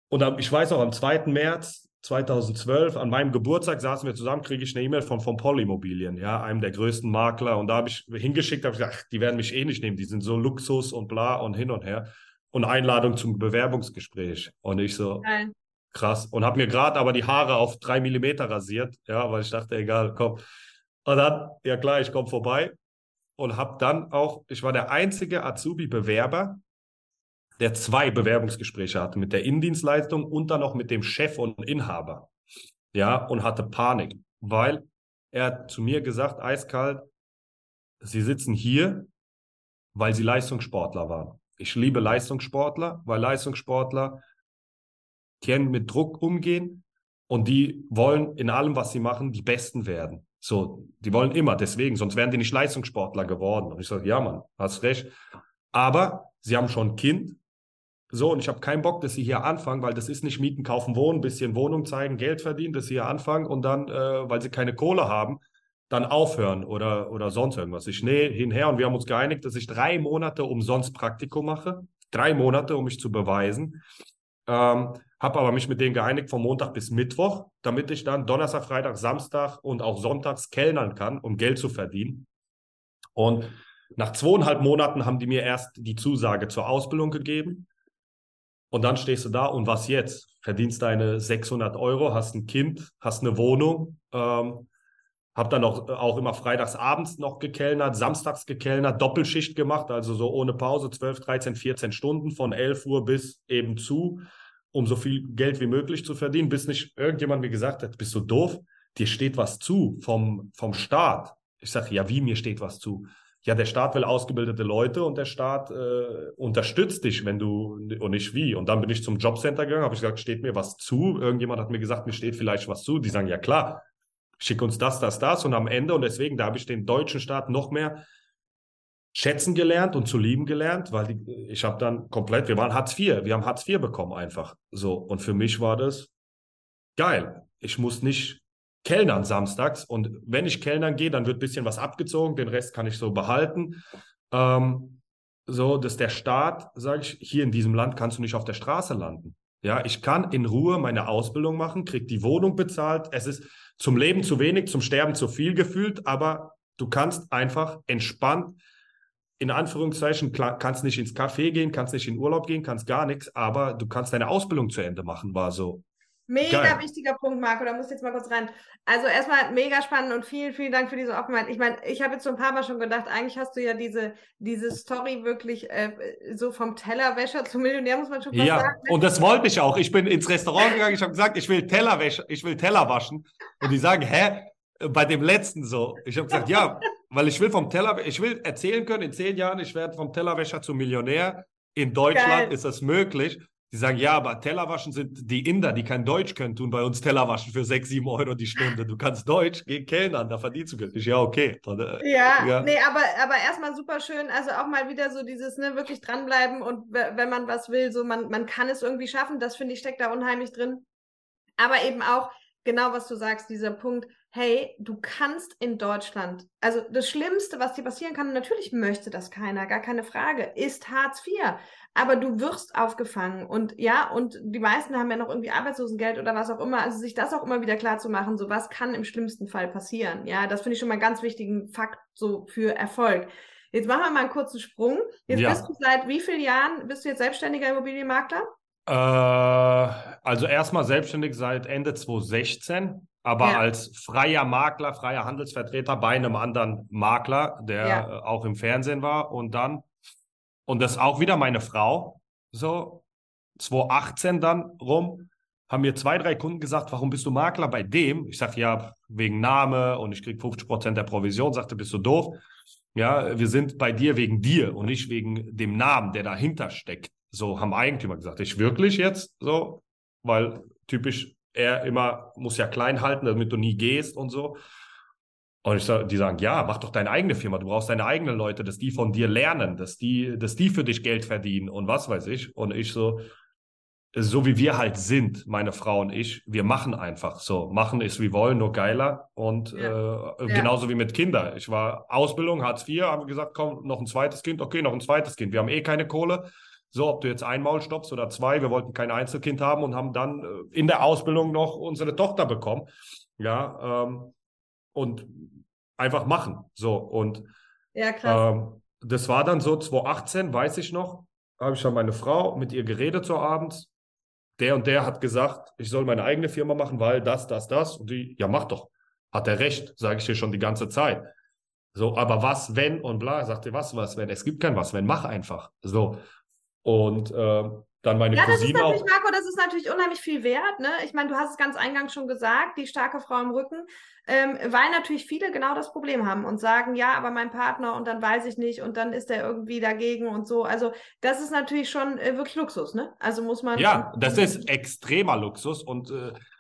Und ich weiß auch, am 2. März 2012, an meinem Geburtstag, saßen wir zusammen, kriege ich eine E-Mail von Poll Immobilien, ja, einem der größten Makler. Und da habe ich hingeschickt, habe gesagt, ach, die werden mich eh nicht nehmen, die sind so Luxus und bla und hin und her. Und Einladung zum Bewerbungsgespräch. Und ich so, Geil. krass. Und habe mir gerade aber die Haare auf 3 mm rasiert, ja, weil ich dachte, egal, komm. Und dann, ja klar, ich komme vorbei und habe dann auch, ich war der einzige Azubi-Bewerber, der 2 Bewerbungsgespräche hatte, mit der Innendienstleistung und dann noch mit dem Chef und Inhaber. Ja, und hatte Panik, weil er hat zu mir gesagt, eiskalt, Sie sitzen hier, weil Sie Leistungssportler waren. Ich liebe Leistungssportler, weil Leistungssportler können mit Druck umgehen und die wollen in allem, was sie machen, die Besten werden. So, die wollen immer, deswegen, sonst wären die nicht Leistungssportler geworden. Und ich sage, ja, Mann, hast recht. Aber sie haben schon ein Kind. So, und ich habe keinen Bock, dass sie hier anfangen, weil das ist nicht Mieten, kaufen, wohnen, bisschen Wohnung zeigen, Geld verdienen, dass sie hier anfangen und dann, weil sie keine Kohle haben, dann aufhören oder sonst irgendwas. Ich, nee, hinher und wir haben uns geeinigt, dass ich 3 Monate umsonst Praktikum mache. 3 Monate, um mich zu beweisen. Habe aber mich mit denen geeinigt von Montag bis Mittwoch, damit ich dann Donnerstag, Freitag, Samstag und auch sonntags kellnern kann, um Geld zu verdienen. Und nach 2,5 Monaten haben die mir erst die Zusage zur Ausbildung gegeben. Und dann stehst du da und was jetzt? Verdienst deine 600 Euro, hast ein Kind, hast eine Wohnung. Habe dann auch immer freitags abends noch gekellnert, samstags gekellnert, Doppelschicht gemacht, also so ohne Pause, 12, 13, 14 Stunden von 11 Uhr bis eben zu, um so viel Geld wie möglich zu verdienen, bis nicht irgendjemand mir gesagt hat, bist du doof? Dir steht was zu vom Staat. Ich sage, ja, wie, mir steht was zu? Ja, der Staat will ausgebildete Leute und der Staat unterstützt dich, wenn du, und nicht wie. Und dann bin ich zum Jobcenter gegangen, habe ich gesagt, steht mir was zu? Irgendjemand hat mir gesagt, mir steht vielleicht was zu. Die sagen, ja klar, schick uns das, das, das. Und am Ende, und deswegen, da habe ich den deutschen Staat noch mehr schätzen gelernt und zu lieben gelernt, weil ich habe dann komplett, wir waren Hartz IV, wir haben Hartz IV bekommen einfach. So, und für mich war das geil. Ich muss nicht kellnern samstags und wenn ich kellnern gehe, dann wird ein bisschen was abgezogen, den Rest kann ich so behalten. So, dass der Staat, sage ich, hier in diesem Land kannst du nicht auf der Straße landen. Ja, ich kann in Ruhe meine Ausbildung machen, kriege die Wohnung bezahlt. Es ist zum Leben zu wenig, zum Sterben zu viel gefühlt, aber du kannst einfach entspannt, in Anführungszeichen, kannst nicht ins Café gehen, kannst nicht in Urlaub gehen, kannst gar nichts, aber du kannst deine Ausbildung zu Ende machen, war so Mega geil. wichtiger Punkt, Marco, da musst du jetzt mal kurz rein. Also erstmal mega spannend und vielen, vielen Dank für diese Offenheit. Ich meine, ich habe jetzt so ein paar Mal schon gedacht, eigentlich hast du ja diese Story wirklich so vom Tellerwäscher zum Millionär, muss man schon fast sagen. Ja, und das wollte ich auch. Ich bin ins Restaurant gegangen, ich habe gesagt, ich will Teller waschen. Und die sagen, hä? Bei dem letzten so. Ich habe gesagt, ja, weil ich will erzählen können, in 10 Jahren, ich werde vom Tellerwäscher zum Millionär. In Deutschland Geil. ist das möglich. Die sagen, ja, aber Tellerwaschen sind die Inder, die kein Deutsch können, tun bei uns Tellerwaschen für 6, 7 Euro die Stunde. Du kannst Deutsch, geh Kellnern, da verdienst du Geld. Ich, ja, okay. Und, Ja, ja. nee, aber erstmal super schön. Also auch mal wieder so dieses, ne, wirklich dranbleiben und wenn man was will, so man kann es irgendwie schaffen. Das finde ich steckt da unheimlich drin. Aber eben auch genau, was du sagst, dieser Punkt, hey, du kannst in Deutschland, also das Schlimmste, was dir passieren kann, und natürlich möchte das keiner, gar keine Frage, ist Hartz IV. Aber du wirst aufgefangen und ja, und die meisten haben ja noch irgendwie Arbeitslosengeld oder was auch immer, also sich das auch immer wieder klar zu machen, so was kann im schlimmsten Fall passieren. Ja, das finde ich schon mal einen ganz wichtigen Fakt so für Erfolg. Jetzt machen wir mal einen kurzen Sprung. Jetzt Ja. bist du seit wie vielen Jahren, bist du jetzt selbstständiger Immobilienmakler? Also erstmal selbstständig seit Ende 2016, aber Ja. als freier Makler, freier Handelsvertreter bei einem anderen Makler, der Ja. auch im Fernsehen war. Und das auch wieder meine Frau, so 2018 dann rum, haben mir 2, 3 Kunden gesagt, warum bist du Makler bei dem? Ich sage, ja, wegen Name und ich kriege 50% der Provision. Sagte, bist du doof? Ja, wir sind bei dir wegen dir und nicht wegen dem Namen, der dahinter steckt. So haben Eigentümer gesagt. Ich wirklich jetzt so, weil typisch er immer muss ja klein halten, damit du nie gehst und so. Und die sagen, ja, mach doch deine eigene Firma. Du brauchst deine eigenen Leute, dass die von dir lernen, dass die für dich Geld verdienen und was weiß ich. Und ich so wie wir halt sind, meine Frau und ich, wir machen einfach so. Machen ist wie wollen, nur geiler. Und genauso wie mit Kindern. Ich war Ausbildung, Hartz IV, haben gesagt, komm, noch ein zweites Kind. Okay, noch ein zweites Kind. Wir haben eh keine Kohle. so, ob du jetzt ein Maul stoppst oder zwei, wir wollten kein Einzelkind haben und haben dann in der Ausbildung noch unsere Tochter bekommen. Ja, und einfach machen. So, und Ja, krass. das war dann so 2018, weiß ich noch, habe ich dann meine Frau mit ihr geredet so abends. Der und der hat gesagt, ich soll meine eigene Firma machen, weil das. Und die, ja, mach doch. Hat er recht, sage ich dir schon die ganze Zeit. So, aber was, wenn und bla, sagt er, was, wenn? Es gibt kein was, wenn, mach einfach. So. Und dann meine Ja, das ist Cousine natürlich, auch. Marco, das ist natürlich unheimlich viel wert, ne? Ich meine, du hast es ganz eingangs schon gesagt, die starke Frau im Rücken, weil natürlich viele genau das Problem haben und sagen, ja, aber mein Partner und dann weiß ich nicht und dann ist er irgendwie dagegen und so. Also das ist natürlich schon wirklich Luxus, ne? Also muss man. Ja, das ist extremer Luxus und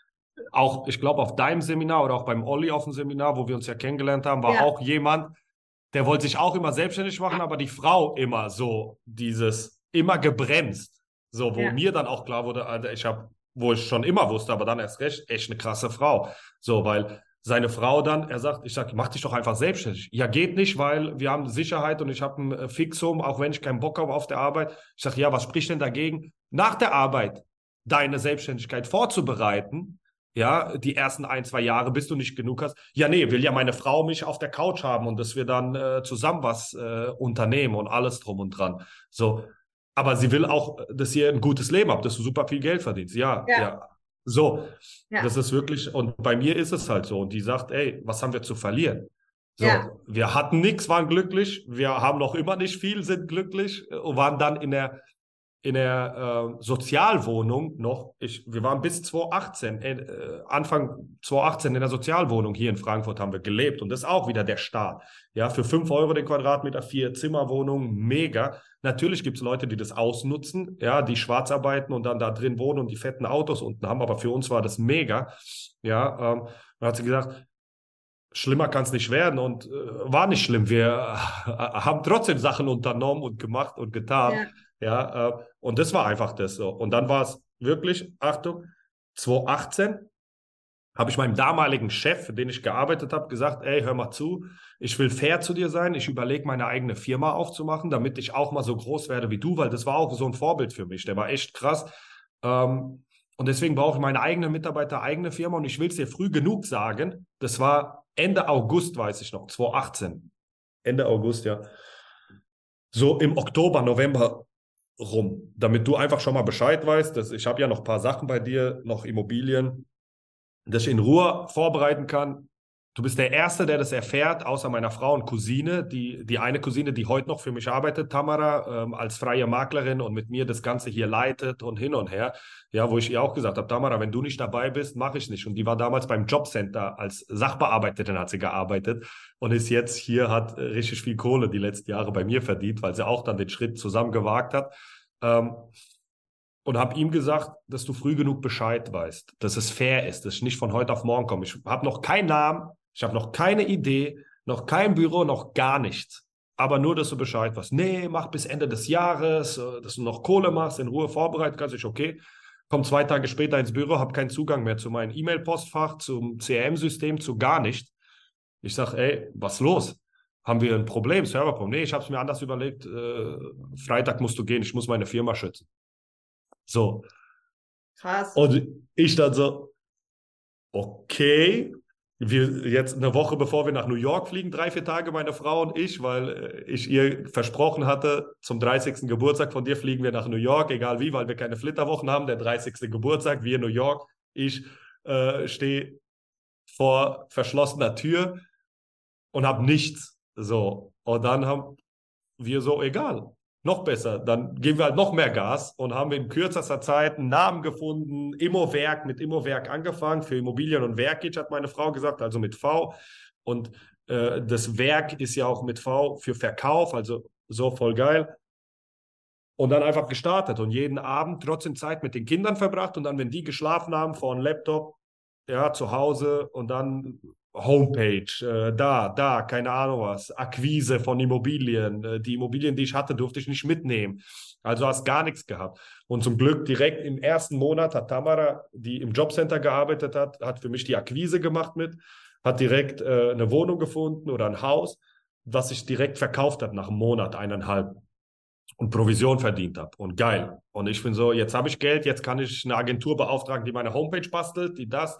auch, ich glaube, auf deinem Seminar oder auch beim Olli auf dem Seminar, wo wir uns ja kennengelernt haben, war Ja, auch jemand, der wollte sich auch immer selbstständig machen, aber die Frau immer so dieses, immer gebremst. So, wo ja, mir dann auch klar wurde, Alter, wo ich schon immer wusste, aber dann erst recht, echt eine krasse Frau. So, weil seine Frau dann, ich sag, mach dich doch einfach selbstständig. Ja, geht nicht, weil wir haben Sicherheit und ich habe ein Fixum, auch wenn ich keinen Bock habe auf der Arbeit. Ich sage, ja, was spricht denn dagegen, nach der Arbeit deine Selbstständigkeit vorzubereiten? Ja, die ersten ein, zwei Jahre, bis du nicht genug hast. Ja, nee, will ja meine Frau mich auf der Couch haben und dass wir dann zusammen was unternehmen und alles drum und dran. So, aber sie will auch, dass ihr ein gutes Leben habt, dass du super viel Geld verdienst. Ja, ja, ja. So, ja, das ist wirklich, und bei mir ist es halt so. Und die sagt, ey, was haben wir zu verlieren? ja, So, wir hatten nichts, waren glücklich. Wir haben noch immer nicht viel, sind glücklich und waren dann in der Sozialwohnung noch, wir waren bis 2018, Anfang 2018 in der Sozialwohnung hier in Frankfurt haben wir gelebt und das ist auch wieder der Start. Ja, für 5 Euro den Quadratmeter, 4-Zimmer-Wohnung, mega. Natürlich gibt es Leute, die das ausnutzen, ja, die schwarz arbeiten und dann da drin wohnen und die fetten Autos unten haben, aber für uns war das mega. Ja, dann hat sie gesagt, schlimmer kann es nicht werden und war nicht schlimm. Wir haben trotzdem Sachen unternommen und gemacht und getan. ja. Ja, und das war einfach das so. Und dann war es wirklich, Achtung, 2018 habe ich meinem damaligen Chef, für den ich gearbeitet habe, gesagt, ey, hör mal zu, ich will fair zu dir sein, ich überlege meine eigene Firma aufzumachen, damit ich auch mal so groß werde wie du, weil das war auch so ein Vorbild für mich, der war echt krass. Und deswegen brauche ich meine eigenen Mitarbeiter, eigene Firma und ich will es dir früh genug sagen, das war Ende August, weiß ich noch, 2018. Ende August, ja. So im Oktober, November rum, damit du einfach schon mal Bescheid weißt, dass ich habe ja noch ein paar Sachen bei dir, noch Immobilien, dass ich in Ruhe vorbereiten kann. Du bist der Erste, der das erfährt, außer meiner Frau und Cousine, die eine Cousine, die heute noch für mich arbeitet, Tamara, als freie Maklerin und mit mir das Ganze hier leitet und hin und her. Ja, wo ich ihr auch gesagt habe, Tamara, wenn du nicht dabei bist, mache ich nicht. Und die war damals beim Jobcenter als Sachbearbeiterin, hat sie gearbeitet und ist jetzt hier, hat richtig viel Kohle die letzten Jahre bei mir verdient, weil sie auch dann den Schritt zusammen gewagt hat. Ähm, und habe ihm gesagt, dass du früh genug Bescheid weißt, dass es fair ist, dass ich nicht von heute auf morgen komme. Ich habe noch keinen Namen, ich habe noch keine Idee, noch kein Büro, noch gar nichts. Aber nur, dass du Bescheid weißt. Nee, mach bis Ende des Jahres, dass du noch Kohle machst, in Ruhe vorbereiten kannst. Ich, okay. Komm 2 Tage später ins Büro, habe keinen Zugang mehr zu meinem E-Mail-Postfach, zum CRM-System, zu gar nichts. Ich sage, ey, was los? Haben wir ein Problem, Serverproblem? Nee, ich habe es mir anders überlegt. Freitag musst du gehen, ich muss meine Firma schützen. So, Krass. und ich dann so, okay, wir jetzt eine Woche bevor wir nach New York fliegen, 3-4 Tage, meine Frau und ich, weil ich ihr versprochen hatte, zum 30. Geburtstag von dir fliegen wir nach New York, egal wie, weil wir keine Flitterwochen haben, der 30. Geburtstag, wir New York, ich stehe vor verschlossener Tür und habe nichts. So, und dann haben wir so, egal, noch besser, dann geben wir halt noch mehr Gas und haben in kürzester Zeit einen Namen gefunden, Immowerk, mit Immowerk angefangen, für Immobilien und Werkitsch, hat meine Frau gesagt, also mit V. Und das Werk ist ja auch mit V für Verkauf, also so voll geil. Und dann einfach gestartet und jeden Abend trotzdem Zeit mit den Kindern verbracht und dann, wenn die geschlafen haben, vor einem Laptop, ja, zu Hause und dann Homepage, keine Ahnung was, Akquise von Immobilien. Die Immobilien, die ich hatte, durfte ich nicht mitnehmen. Also hast gar nichts gehabt. Und zum Glück direkt im ersten Monat hat Tamara, die im Jobcenter gearbeitet hat, hat für mich die Akquise gemacht mit, hat direkt eine Wohnung gefunden oder ein Haus, was sich direkt verkauft hat nach einem Monat, 1,5. und Provision verdient habe. Und geil. Und ich bin so, jetzt habe ich Geld, jetzt kann ich eine Agentur beauftragen, die meine Homepage bastelt, die das.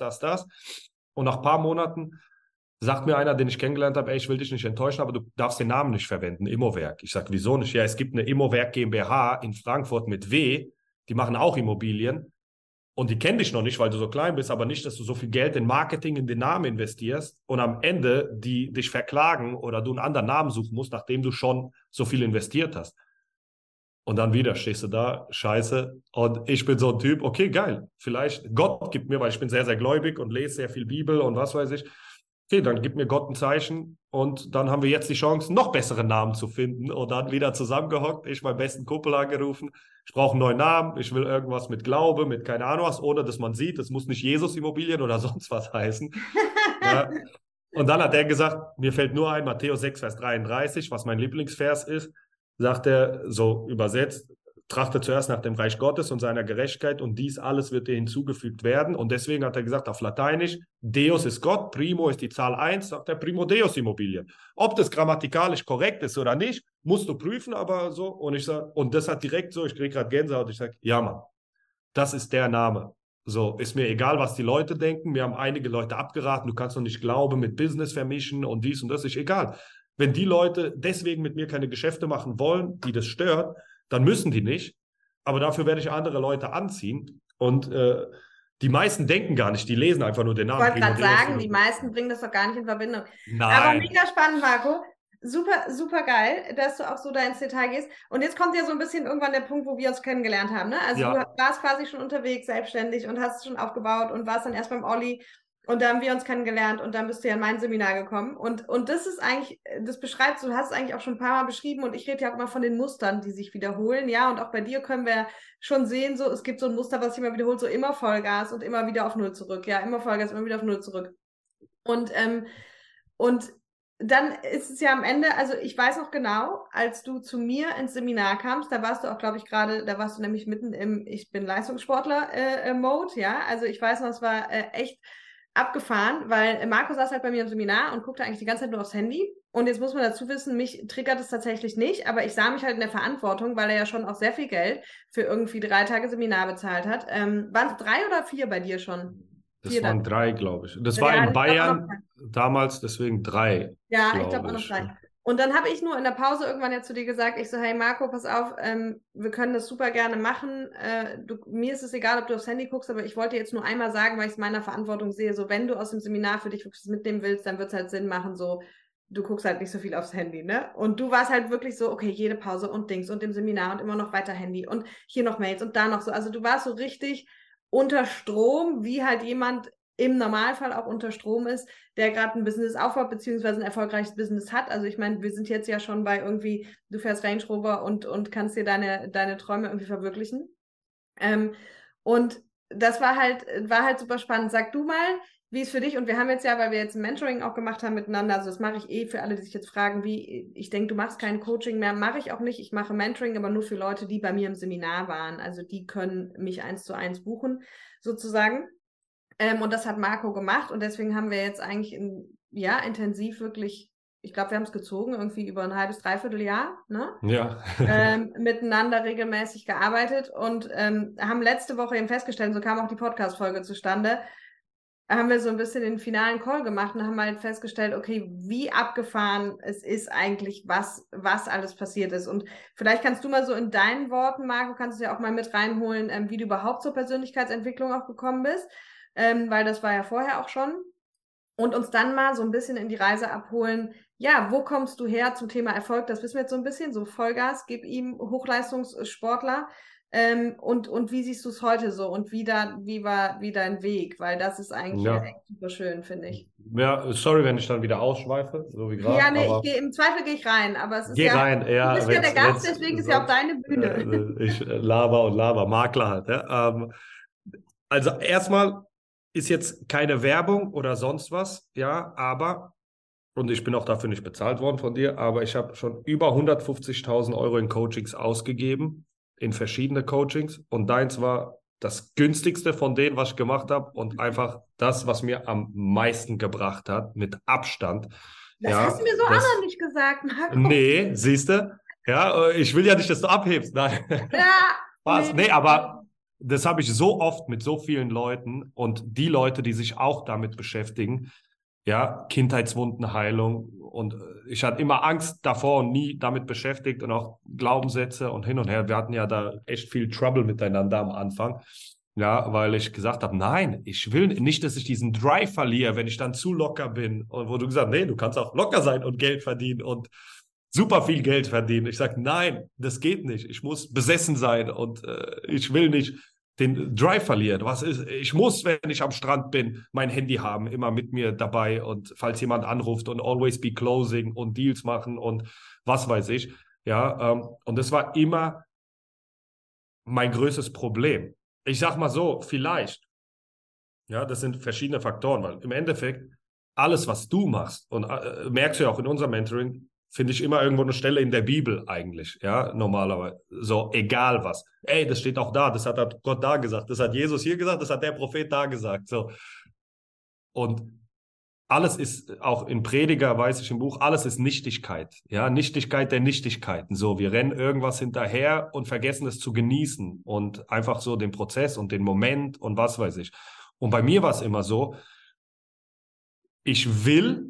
Und nach ein paar Monaten sagt mir einer, den ich kennengelernt habe, ey, ich will dich nicht enttäuschen, aber du darfst den Namen nicht verwenden, Immowerk. Ich sage, wieso nicht? Ja, es gibt eine Immowerk GmbH in Frankfurt mit W, die machen auch Immobilien. Und die kennen dich noch nicht, weil du so klein bist, aber nicht, dass du so viel Geld in Marketing, in den Namen investierst und am Ende die dich verklagen oder du einen anderen Namen suchen musst, nachdem du schon so viel investiert hast. Und dann wieder stehst du da, scheiße. Und ich bin so ein Typ, okay, geil. Vielleicht Gott gibt mir, weil ich bin sehr, sehr gläubig und lese sehr viel Bibel und was weiß ich. Okay, dann gibt mir Gott ein Zeichen und dann haben wir jetzt die Chance, noch bessere Namen zu finden und dann wieder zusammengehockt. Ich meinen besten Kumpel angerufen. Ich brauche einen neuen Namen. Ich will irgendwas mit Glaube, mit keine Ahnung was, ohne dass man sieht. Es muss nicht Jesus Immobilien oder sonst was heißen. Ja. Und dann hat er gesagt, mir fällt nur ein, Matthäus 6, Vers 33, was mein Lieblingsvers ist, sagt er so übersetzt, trachte zuerst nach dem Reich Gottes und seiner Gerechtigkeit und dies alles wird dir hinzugefügt werden. Und deswegen hat er gesagt auf Lateinisch, Deus ist Gott, Primo ist die Zahl 1, sagt er Primo Deus Immobilien. Ob das grammatikalisch korrekt ist oder nicht, musst du prüfen, aber so. Und ich sage, und das hat direkt so, ich kriege gerade Gänsehaut, ich sage, ja Mann, das ist der Name. So, ist mir egal, was die Leute denken. Mir haben einige Leute abgeraten, du kannst doch nicht Glaube mit Business vermischen und dies und das, ist egal. Wenn die Leute deswegen mit mir keine Geschäfte machen wollen, die das stört, dann müssen die nicht. Aber dafür werde ich andere Leute anziehen. Und die meisten denken gar nicht, die lesen einfach nur den Ich Namen. wollte gerade sagen, die meisten bringen das doch gar nicht in Verbindung. Aber Nein. mega spannend, Marco. Super, super geil, dass du auch so da ins Detail gehst. Und jetzt kommt ja so ein bisschen irgendwann der Punkt, wo wir uns kennengelernt haben. Ne? Also Ja. du warst quasi schon unterwegs, selbstständig und hast es schon aufgebaut und warst dann erst beim Olli. Und da haben wir uns kennengelernt und dann bist du ja in mein Seminar gekommen. Und das ist eigentlich, das beschreibst du, hast es eigentlich auch schon ein paar Mal beschrieben und ich rede ja auch immer von den Mustern, die sich wiederholen. Ja, und auch bei dir können wir schon sehen, so, es gibt so ein Muster, was sich immer wiederholt, so immer Vollgas und immer wieder auf Null zurück. Ja, immer Vollgas, immer wieder auf Null zurück. Und dann ist es ja am Ende, also ich weiß noch genau, als du zu mir ins Seminar kamst, da warst du auch, glaube ich, gerade, da warst du nämlich mitten im Ich bin Leistungssportler-Mode, ja. Also ich weiß noch, es war echt abgefahren, weil Marco saß halt bei mir im Seminar und guckte eigentlich die ganze Zeit nur aufs Handy. Und jetzt muss man dazu wissen, mich triggert es tatsächlich nicht, aber ich sah mich halt in der Verantwortung, weil er ja schon auch sehr viel Geld für irgendwie 3 Tage Seminar bezahlt hat. Waren es 3 oder 4 bei dir schon? Das waren 3, glaube ich. Das Ja, war in ich glaub auch Bayern damals, deswegen 3. Ja, ich glaube auch noch 3. Und dann habe ich nur in der Pause irgendwann ja zu dir gesagt, ich so, hey Marco, pass auf, wir können das super gerne machen. Mir ist es egal, ob du aufs Handy guckst, aber ich wollte jetzt nur einmal sagen, weil ich es meiner Verantwortung sehe, so wenn du aus dem Seminar für dich wirklich mitnehmen willst, dann wird es halt Sinn machen, so du guckst halt nicht so viel aufs Handy, ne? Und du warst halt wirklich so, okay, jede Pause und Dings und im Seminar und immer noch weiter Handy und hier noch Mails und da noch so. Also du warst so richtig unter Strom, wie halt jemand im Normalfall auch unter Strom ist, der gerade ein Business aufbaut, beziehungsweise ein erfolgreiches Business hat. Also ich meine, wir sind jetzt ja schon bei irgendwie, du fährst Range Rover und kannst dir deine Träume irgendwie verwirklichen. Und das war halt super spannend. Sag du mal, wie es für dich, und wir haben jetzt ja, weil wir jetzt ein Mentoring auch gemacht haben miteinander, also das mache ich für alle, die sich jetzt fragen, wie, ich denke, du machst kein Coaching mehr, mache ich auch nicht. Ich mache Mentoring, aber nur für Leute, die bei mir im Seminar waren. Also die können mich 1:1 buchen, sozusagen. Und das hat Marco gemacht und deswegen haben wir jetzt eigentlich intensiv wirklich, ich glaube, wir haben es gezogen, irgendwie über ein halbes, dreiviertel Jahr, ne? Ja. Miteinander regelmäßig gearbeitet und haben letzte Woche eben festgestellt, so kam auch die Podcast-Folge zustande, haben wir so ein bisschen den finalen Call gemacht und haben halt festgestellt, okay, wie abgefahren es ist eigentlich, was alles passiert ist. Und vielleicht kannst du mal so in deinen Worten, Marco, kannst du ja auch mal mit reinholen, wie du überhaupt zur Persönlichkeitsentwicklung auch gekommen bist. Weil das war ja vorher auch schon. Und uns dann mal so ein bisschen in die Reise abholen. Ja, wo kommst du her zum Thema Erfolg? Das wissen wir jetzt so ein bisschen, so Vollgas, gib ihm Hochleistungssportler. Und wie siehst du es heute so? Und wie war dein Weg? Weil das ist eigentlich echt super schön, finde ich. Ja, sorry, wenn ich dann wieder ausschweife, so wie gerade. Ja, nee, im Zweifel gehe ich rein, aber es ist Geh rein, ja. Du bist ja der Gast, deswegen ist ja auch deine Bühne. Ich laber, Makler halt. Ja. Also erstmal ist jetzt keine Werbung oder sonst was, ja, aber, und ich bin auch dafür nicht bezahlt worden von dir, aber ich habe schon über 150.000 Euro in Coachings ausgegeben, in verschiedene Coachings, und deins war das günstigste von denen, was ich gemacht habe und einfach das, was mir am meisten gebracht hat, mit Abstand. Das hast du mir so auch noch nicht gesagt, Marco. Nee, siehst du? Ja, ich will ja nicht, dass du abhebst. Nein. Ja, Was? nee. Nee, aber das habe ich so oft mit so vielen Leuten und die Leute, die sich auch damit beschäftigen, ja, Kindheitswundenheilung und ich hatte immer Angst davor und nie damit beschäftigt und auch Glaubenssätze und hin und her. Wir hatten ja da echt viel Trouble miteinander am Anfang. Ja, weil ich gesagt habe, nein, ich will nicht, dass ich diesen Drive verliere, wenn ich dann zu locker bin. Und wo du gesagt hast, nee, du kannst auch locker sein und Geld verdienen und super viel Geld verdienen. Ich sage, nein, das geht nicht. Ich muss besessen sein und ich will nicht den Drive verlieren. Was ist? Ich muss, wenn ich am Strand bin, mein Handy haben, immer mit mir dabei und falls jemand anruft und always be closing und Deals machen und was weiß ich. Ja, und das war immer mein größtes Problem. Ich sag mal so, vielleicht, ja, das sind verschiedene Faktoren, weil im Endeffekt alles, was du machst, und merkst du ja auch in unserem Mentoring, finde ich immer irgendwo eine Stelle in der Bibel eigentlich, ja, normalerweise. So, egal was. Ey, das steht auch da, das hat Gott da gesagt, das hat Jesus hier gesagt, das hat der Prophet da gesagt. So. Und alles ist, auch im Prediger, weiß ich im Buch, alles ist Nichtigkeit. Ja, Nichtigkeit der Nichtigkeiten. So, wir rennen irgendwas hinterher und vergessen es zu genießen und einfach so den Prozess und den Moment und was weiß ich. Und bei mir war es immer so, ich will,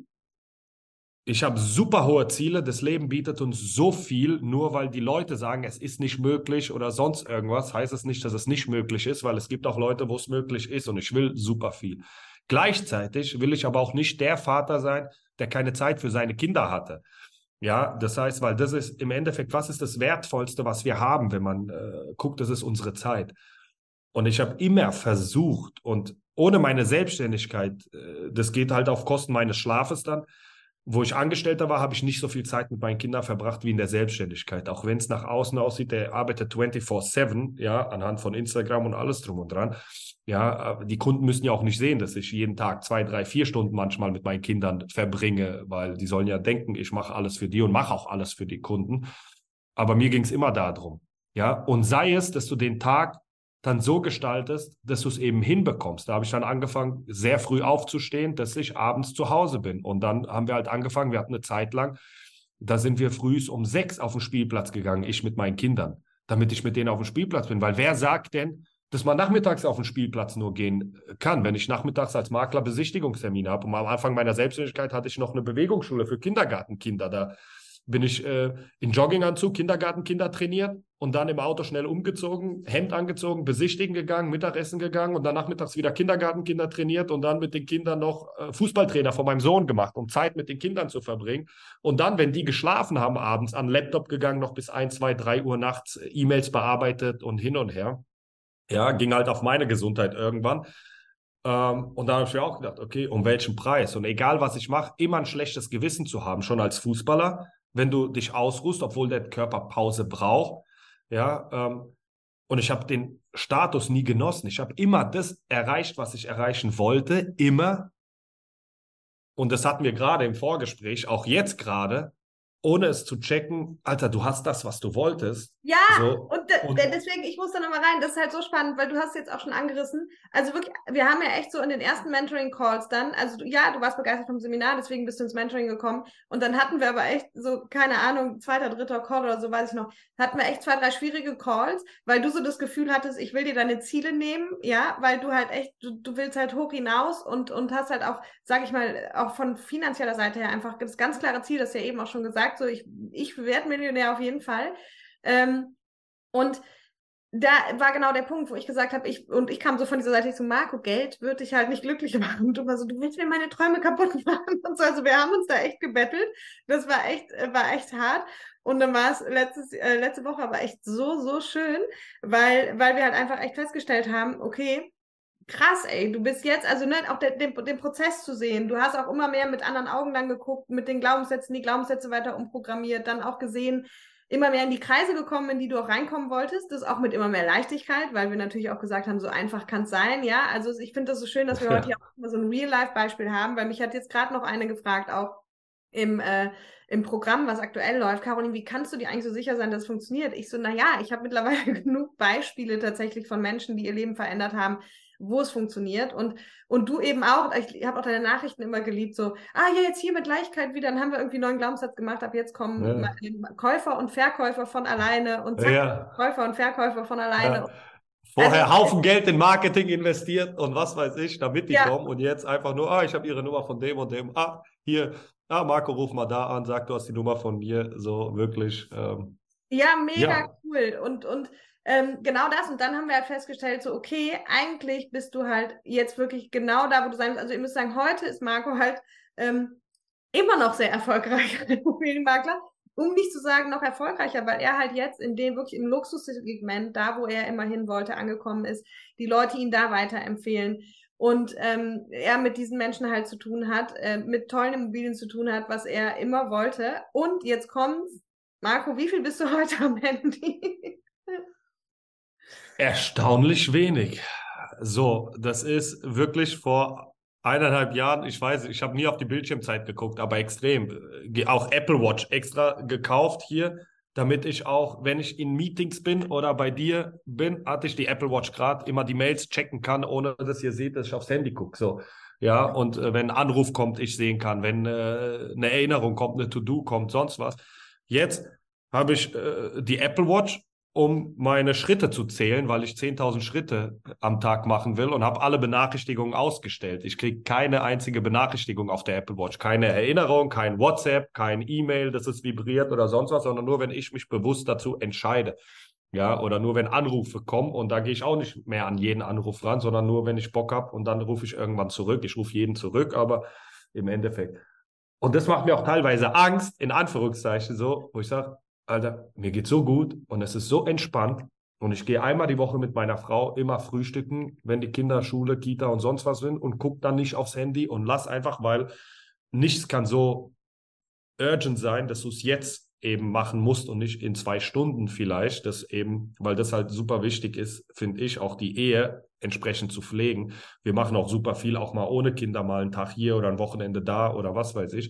ich habe super hohe Ziele, das Leben bietet uns so viel, nur weil die Leute sagen, es ist nicht möglich oder sonst irgendwas, heißt es nicht, dass es nicht möglich ist, weil es gibt auch Leute, wo es möglich ist und ich will super viel. Gleichzeitig will ich aber auch nicht der Vater sein, der keine Zeit für seine Kinder hatte. Ja, das heißt, weil das ist im Endeffekt, was ist das Wertvollste, was wir haben, wenn man guckt, das ist unsere Zeit. Und ich habe immer versucht und ohne meine Selbstständigkeit, das geht halt auf Kosten meines Schlafes dann, wo ich Angestellter war, habe ich nicht so viel Zeit mit meinen Kindern verbracht wie in der Selbstständigkeit. Auch wenn es nach außen aussieht, der arbeitet 24/7, ja, anhand von Instagram und alles drum und dran. Ja, die Kunden müssen ja auch nicht sehen, dass ich jeden Tag 2, 3, 4 Stunden manchmal mit meinen Kindern verbringe, weil die sollen ja denken, ich mache alles für die und mache auch alles für die Kunden. Aber mir ging es immer darum. Ja, und sei es, dass du den Tag dann so gestaltest, dass du es eben hinbekommst. Da habe ich dann angefangen, sehr früh aufzustehen, dass ich abends zu Hause bin. Und dann haben wir halt angefangen, wir hatten eine Zeit lang, da sind wir frühs um 6 auf den Spielplatz gegangen, ich mit meinen Kindern, damit ich mit denen auf dem Spielplatz bin. Weil wer sagt denn, dass man nachmittags auf den Spielplatz nur gehen kann, wenn ich nachmittags als Makler Besichtigungstermine habe? Und am Anfang meiner Selbstständigkeit hatte ich noch eine Bewegungsschule für Kindergartenkinder. Da bin ich in Jogginganzug Kindergartenkinder trainiert und dann im Auto schnell umgezogen, Hemd angezogen, besichtigen gegangen, Mittagessen gegangen und dann nachmittags wieder Kindergartenkinder trainiert und dann mit den Kindern noch Fußballtrainer von meinem Sohn gemacht, um Zeit mit den Kindern zu verbringen. Und dann, wenn die geschlafen haben, abends an den Laptop gegangen, noch bis 1, 2, 3 Uhr nachts E-Mails bearbeitet und hin und her. Ja, ging halt auf meine Gesundheit irgendwann. Und da habe ich mir auch gedacht, okay, um welchen Preis? Und egal, was ich mache, immer ein schlechtes Gewissen zu haben, schon als Fußballer, wenn du dich ausruhst, obwohl der Körper Pause braucht. Ja, und ich habe den Status nie genossen. Ich habe immer das erreicht, was ich erreichen wollte, immer. Und das hatten wir gerade im Vorgespräch, auch jetzt gerade, ohne es zu checken, Alter, du hast das, was du wolltest. Ja, So, und und deswegen, ich muss da nochmal rein, das ist halt so spannend, weil du hast jetzt auch schon angerissen. Also wirklich, wir haben ja echt so in den ersten Mentoring-Calls dann, also ja, du warst begeistert vom Seminar, deswegen bist du ins Mentoring gekommen. Und dann hatten wir aber echt so, keine Ahnung, zweiter, dritter Call oder so, weiß ich noch, hatten wir echt 2, 3 schwierige Calls, weil du so das Gefühl hattest, ich will dir deine Ziele nehmen, ja, weil du halt echt, du willst halt hoch hinaus und hast halt auch, sag ich mal, auch von finanzieller Seite her einfach das ganz klare Ziel, das ist ja eben auch schon gesagt, so ich werde Millionär auf jeden Fall. Und da war genau der Punkt, wo ich gesagt habe, ich kam so von dieser Seite, ich so, Marco, Geld wird dich halt nicht glücklich machen. Und du war so, du willst mir meine Träume kaputt machen. Und so, also wir haben uns da echt gebettelt. Das war echt hart. Und dann war es letzte Woche aber echt so, so schön, weil wir halt einfach echt festgestellt haben, okay, krass, ey, du bist jetzt, also ne, auch den Prozess zu sehen. Du hast auch immer mehr mit anderen Augen dann geguckt, mit den Glaubenssätzen, die Glaubenssätze weiter umprogrammiert, dann auch gesehen, immer mehr in die Kreise gekommen, in die du auch reinkommen wolltest. Das auch mit immer mehr Leichtigkeit, weil wir natürlich auch gesagt haben, so einfach kann es sein, ja. Also ich finde das so schön, dass wir heute hier auch mal so ein Real-Life-Beispiel haben, weil mich hat jetzt gerade noch eine gefragt, auch im Programm, was aktuell läuft, Caroline, wie kannst du dir eigentlich so sicher sein, dass es funktioniert? Ich so, naja, ich habe mittlerweile genug Beispiele tatsächlich von Menschen, die ihr Leben verändert haben, wo es funktioniert. Und du eben auch, ich habe auch deine Nachrichten immer geliebt, so, ja, jetzt hier mit Leichtigkeit wieder, dann haben wir irgendwie einen neuen Glaubenssatz gemacht, ab jetzt kommen Ja. Käufer und Verkäufer von alleine und zack, Ja. Käufer und Verkäufer von alleine. Ja. Also, Vorher Haufen Geld in Marketing investiert und was weiß ich, damit die ja, kommen und jetzt einfach nur, ich habe ihre Nummer von dem und dem, hier, Marco, ruf mal da an, sag, du hast die Nummer von mir, so wirklich, ja, mega ja. cool. Und genau das. Und dann haben wir halt festgestellt, so, okay, eigentlich bist du halt jetzt wirklich genau da, wo du sein willst. Also, ihr müsst sagen, heute ist Marco halt immer noch sehr erfolgreich als Immobilienmakler, um nicht zu sagen noch erfolgreicher, weil er halt jetzt in dem wirklich im Luxussegment, da wo er immer hin wollte, angekommen ist, die Leute ihn da weiterempfehlen und er mit diesen Menschen halt zu tun hat, mit tollen Immobilien zu tun hat, was er immer wollte. Und jetzt kommt's, Marco, wie viel bist du heute am Handy? Erstaunlich wenig. So, das ist wirklich vor 1,5 Jahren, ich weiß, ich habe nie auf die Bildschirmzeit geguckt, aber extrem. Auch Apple Watch extra gekauft hier, damit ich auch, wenn ich in Meetings bin oder bei dir bin, hatte ich die Apple Watch gerade, immer die Mails checken kann, ohne dass ihr seht, dass ich aufs Handy gucke. So, ja, und wenn ein Anruf kommt, ich sehen kann, wenn eine Erinnerung kommt, eine To-Do kommt, sonst was. Jetzt habe ich die Apple Watch, um meine Schritte zu zählen, weil ich 10.000 Schritte am Tag machen will und habe alle Benachrichtigungen ausgestellt. Ich kriege keine einzige Benachrichtigung auf der Apple Watch. Keine Erinnerung, kein WhatsApp, kein E-Mail, dass es vibriert oder sonst was, sondern nur, wenn ich mich bewusst dazu entscheide. Ja, oder nur, wenn Anrufe kommen und da gehe ich auch nicht mehr an jeden Anruf ran, sondern nur, wenn ich Bock habe und dann rufe ich irgendwann zurück. Ich rufe jeden zurück, aber im Endeffekt. Und das macht mir auch teilweise Angst, in Anführungszeichen so, wo ich sage, Alter, mir geht's so gut und es ist so entspannt. Und ich gehe einmal die Woche mit meiner Frau immer frühstücken, wenn die Kinder Schule, Kita und sonst was sind und guck dann nicht aufs Handy und lass einfach, weil nichts kann so urgent sein, dass du es jetzt eben machen musst und nicht in 2 Stunden vielleicht, das eben, weil das halt super wichtig ist, finde ich, auch die Ehe entsprechend zu pflegen. Wir machen auch super viel, auch mal ohne Kinder, mal einen Tag hier oder ein Wochenende da oder was weiß ich,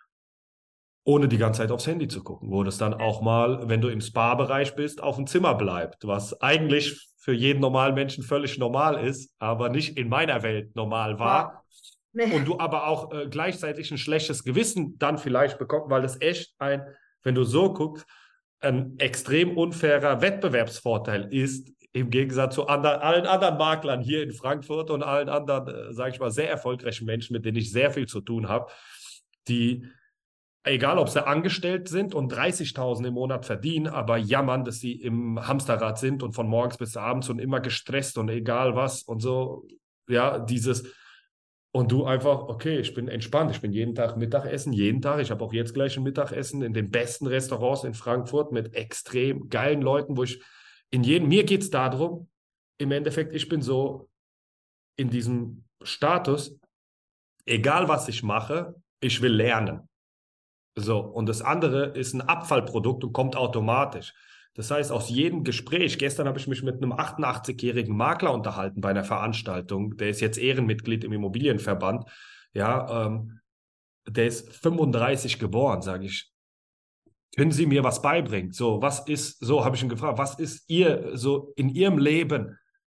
ohne die ganze Zeit aufs Handy zu gucken, wo das dann auch mal, wenn du im Spa-Bereich bist, auf dem Zimmer bleibt, was eigentlich für jeden normalen Menschen völlig normal ist, aber nicht in meiner Welt normal Wow. war. Und Nee. du aber auch gleichzeitig ein schlechtes Gewissen dann vielleicht bekommst, weil das echt wenn du so guckst, ein extrem unfairer Wettbewerbsvorteil ist, im Gegensatz zu allen anderen Maklern hier in Frankfurt und allen anderen, sage ich mal, sehr erfolgreichen Menschen, mit denen ich sehr viel zu tun habe, die, egal ob sie angestellt sind und 30.000 im Monat verdienen, aber jammern, dass sie im Hamsterrad sind und von morgens bis abends und immer gestresst und egal was und so, ja, dieses. Und du einfach, okay, ich bin entspannt, ich bin jeden Tag Mittagessen, jeden Tag. Ich habe auch jetzt gleich ein Mittagessen in den besten Restaurants in Frankfurt mit extrem geilen Leuten, wo ich mir geht es darum, im Endeffekt, ich bin so in diesem Status, egal was ich mache, ich will lernen. So, und das andere ist ein Abfallprodukt und kommt automatisch. Das heißt, aus jedem Gespräch, gestern habe ich mich mit einem 88-jährigen Makler unterhalten bei einer Veranstaltung, der ist jetzt Ehrenmitglied im Immobilienverband, ja, der ist 35 geboren, sage ich. Können Sie mir was beibringen? So, so habe ich ihn gefragt, was ist ihr so in Ihrem Leben?